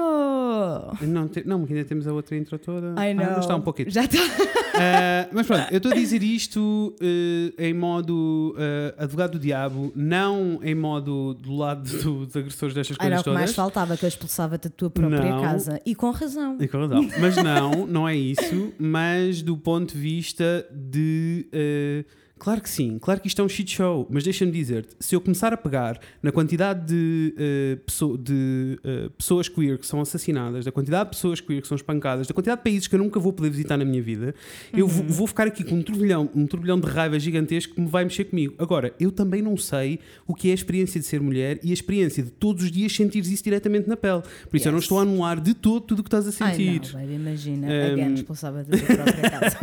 Não, te- não, porque ainda temos a outra intro toda. I Ah, know. mas está um pouquinho. Já está. Uh, mas pronto, eu estou a dizer isto uh, em modo uh, advogado do diabo, não em modo do lado do- dos agressores destas Era coisas o que mais todas. faltava, que eu expulsava-te da tua própria Não. casa. E com razão. E com razão. Mas não, não é isso. Mas do ponto de vista de. uh, claro que sim, claro que isto é um shit show. Mas deixa-me dizer-te: se eu começar a pegar na quantidade de, uh, pesso- de uh, pessoas queer que são assassinadas, da quantidade de pessoas queer que são espancadas, da quantidade de países que eu nunca vou poder visitar na minha vida, eu vou, vou ficar aqui com um turbilhão, um turbilhão de raiva gigantesco que me vai mexer comigo. Agora, eu também não sei o que é a experiência de ser mulher e a experiência de todos os dias sentires isso diretamente na pele. Por isso eu não Yes. estou a anular de todo tudo o que estás a Ai sentir. não, baby, imagina. Um, Again, expulsava-te da tua própria casa.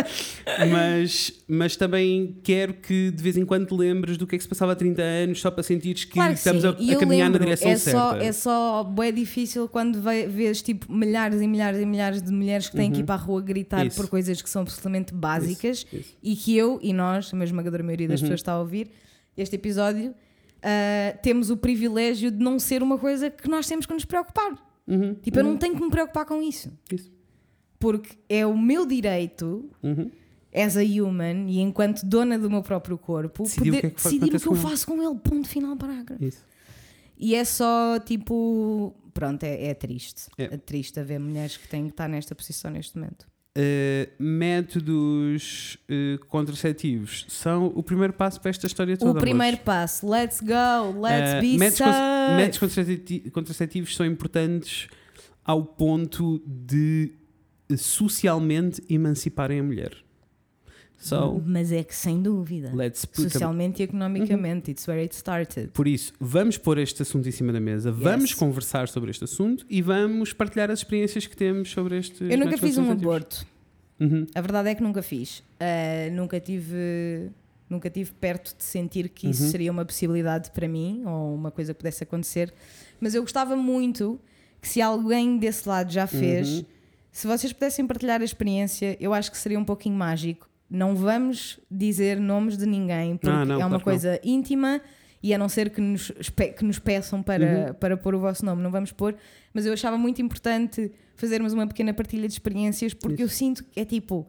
mas, mas também quero que de vez em quando te lembres do que é que se passava há trinta anos, só para sentires que Claro que estamos sim. a, E a eu caminhar lembro, na direção é só, certa. é só bué difícil quando ve- vês tipo milhares e milhares e milhares de mulheres que têm que ir para a rua gritar Isso. por coisas que são absolutamente básicas Isso, isso. e que eu e nós, a esmagadora maioria das pessoas que está a ouvir este episódio, ah, temos o privilégio de não ser uma coisa que nós temos que nos preocupar. Uhum, Tipo, eu não tenho que me preocupar com isso. isso. Porque é o meu direito, Uhum. as a human e enquanto dona do meu próprio corpo, Decidir o poder que é que fa- decidir o acontece que eu com ele. faço com ele. Ponto final, parágrafo. Isso. E é só tipo. Pronto, é, é triste. É. É. triste haver mulheres que têm que estar nesta posição neste momento. Uh, métodos uh, contraceptivos são o primeiro passo para esta história toda. O primeiro amores. passo, let's go, let's Uh, be métodos, safe. con- métodos contracepti- contraceptivos são importantes ao ponto de uh, socialmente emanciparem a mulher. So, Mas é que sem dúvida, let's put a- socialmente e economicamente, Uhum. it's where it started. Por isso, vamos pôr este assunto em cima da mesa, vamos Yes. conversar sobre este assunto e vamos partilhar as experiências que temos sobre este. Eu nunca fiz um aborto. Uhum. A verdade é que nunca fiz. Uh, nunca tive. Nunca tive perto de sentir que isso Uhum. seria uma possibilidade para mim ou uma coisa que pudesse acontecer. Mas eu gostava muito que se alguém desse lado já fez, Uhum. se vocês pudessem partilhar a experiência, eu acho que seria um pouquinho mágico. Não vamos dizer nomes de ninguém, porque Ah, não, é claro uma que coisa íntima e a não ser que nos, espe- que nos peçam para, Uhum. para pôr o vosso nome, não vamos pôr. Mas eu achava muito importante fazermos uma pequena partilha de experiências, porque eu sinto que é tipo...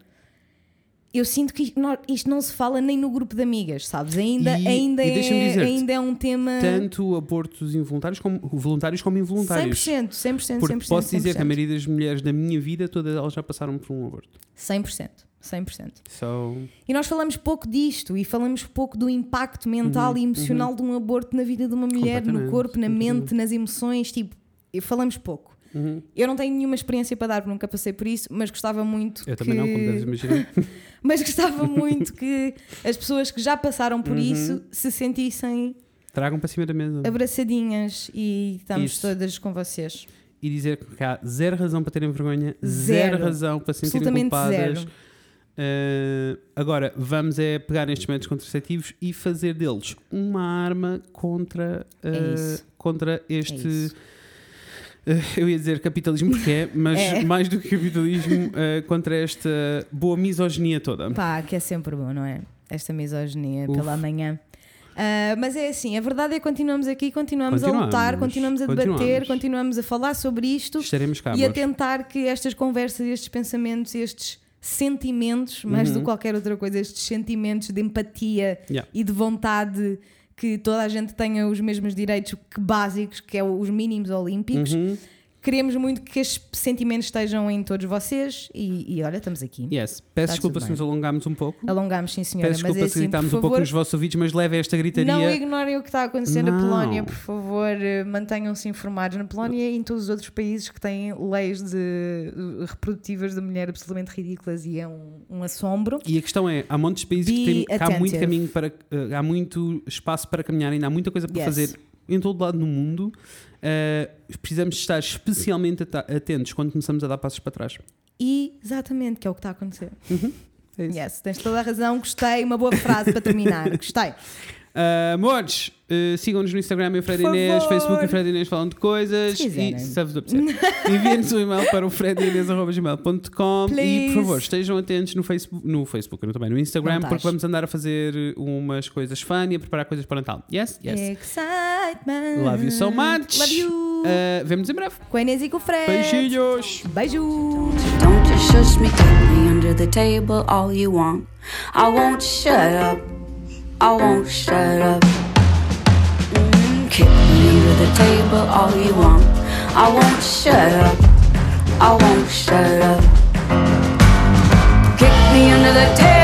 Eu sinto que isto não, isto não se fala nem no grupo de amigas, sabes? Ainda, E- ainda, e deixa-me é, dizer-te, ainda é um tema... Tanto abortos involuntários como voluntários como cem por involuntários. cento, cem por cento, Porque cem por cento, posso dizer cem por cento. que a maioria das mulheres da minha vida, todas elas já passaram por um aborto. cem por cento, cem por cento. So, E nós falamos pouco disto e falamos pouco do impacto mental Uhum, e emocional de um aborto na vida de uma mulher, no Completamente, corpo, na completamente. mente, nas emoções, tipo, falamos pouco. uhum. Eu não tenho nenhuma experiência para dar, porque nunca passei por isso, mas gostava muito Eu que... também não, como deves imaginar. Mas gostava muito que as pessoas que já passaram por Uhum. isso se sentissem Tragam para cima da mesa. abraçadinhas e estamos Isso. todas com vocês. E dizer que há zero razão para terem vergonha, Zero. zero, razão para se sentirem Absolutamente culpadas. zero. Uh, agora, vamos é pegar estes métodos contraceptivos e fazer deles uma arma contra, uh, É isso. contra É este. isso. uh, eu ia dizer capitalismo, porque é, mas É. mais do que capitalismo, uh, contra esta boa misoginia toda. Pá, que é sempre bom, não é? Esta misoginia Uf. pela manhã. Ah, mas é assim, a verdade é que continuamos aqui, continuamos, a Continuamos, lutar, continuamos a debater, continuamos. continuamos a falar sobre isto Estaremos cá, e a amores. tentar que estas conversas, estes pensamentos, estes sentimentos, mais do Uhum. que qualquer outra coisa, estes sentimentos de empatia Yeah. e de vontade que toda a gente tenha os mesmos direitos que básicos, que é os mínimos olímpicos. Uhum. Queremos muito que estes sentimentos estejam em todos vocês e, e olha, estamos aqui. Yes. Peço Tá desculpa tudo se nos alongámos um pouco. Alongamos, sim senhora, Peço mas desculpa é se assim, gritámos por um pouco favor, nos vossos ouvidos, mas leve esta gritaria. não ignorem o que está a acontecer na Não. Polónia, por favor, eh, mantenham-se informados. Na Polónia e em todos os outros países que têm leis de, eh, reprodutivas da mulher absolutamente ridículas e é um, um assombro. E a questão é, há montes de países Be que, têm, que há muito attentive. caminho para, eh, há muito espaço para caminhar, ainda há muita coisa para Yes. fazer em todo lado no mundo. Eh, precisamos estar especialmente ata- atentos quando começamos a dar passos para trás. E exatamente, que é o que está a acontecer. É isso. Yes, tens toda a razão, gostei, uma boa frase para terminar, gostei. Uh, amores, uh, sigam-nos no Instagram, eu Fred Por Inês, favor. Facebook e Fred Inês falam de coisas Se quiserem. e se vos apetecer. Enviem-nos um e-mail para o fred inês arroba gmail ponto com e Please. por favor estejam atentos no Facebook, no Facebook, não também no Instagram, Não estás. porque vamos andar a fazer umas coisas fun e a preparar coisas para o Natal. Yes? Yes. Excitement. Love you so much. Love you. Uh, Vemo-nos em breve. Com a Inês e com o Fred. Beijinhos. Beijos. Don't just shush me, kick me under the table all you want. I won't shut up. I won't shut up. Mm, kick me under the table all you want. I won't shut up. I won't shut up. Kick me under the table.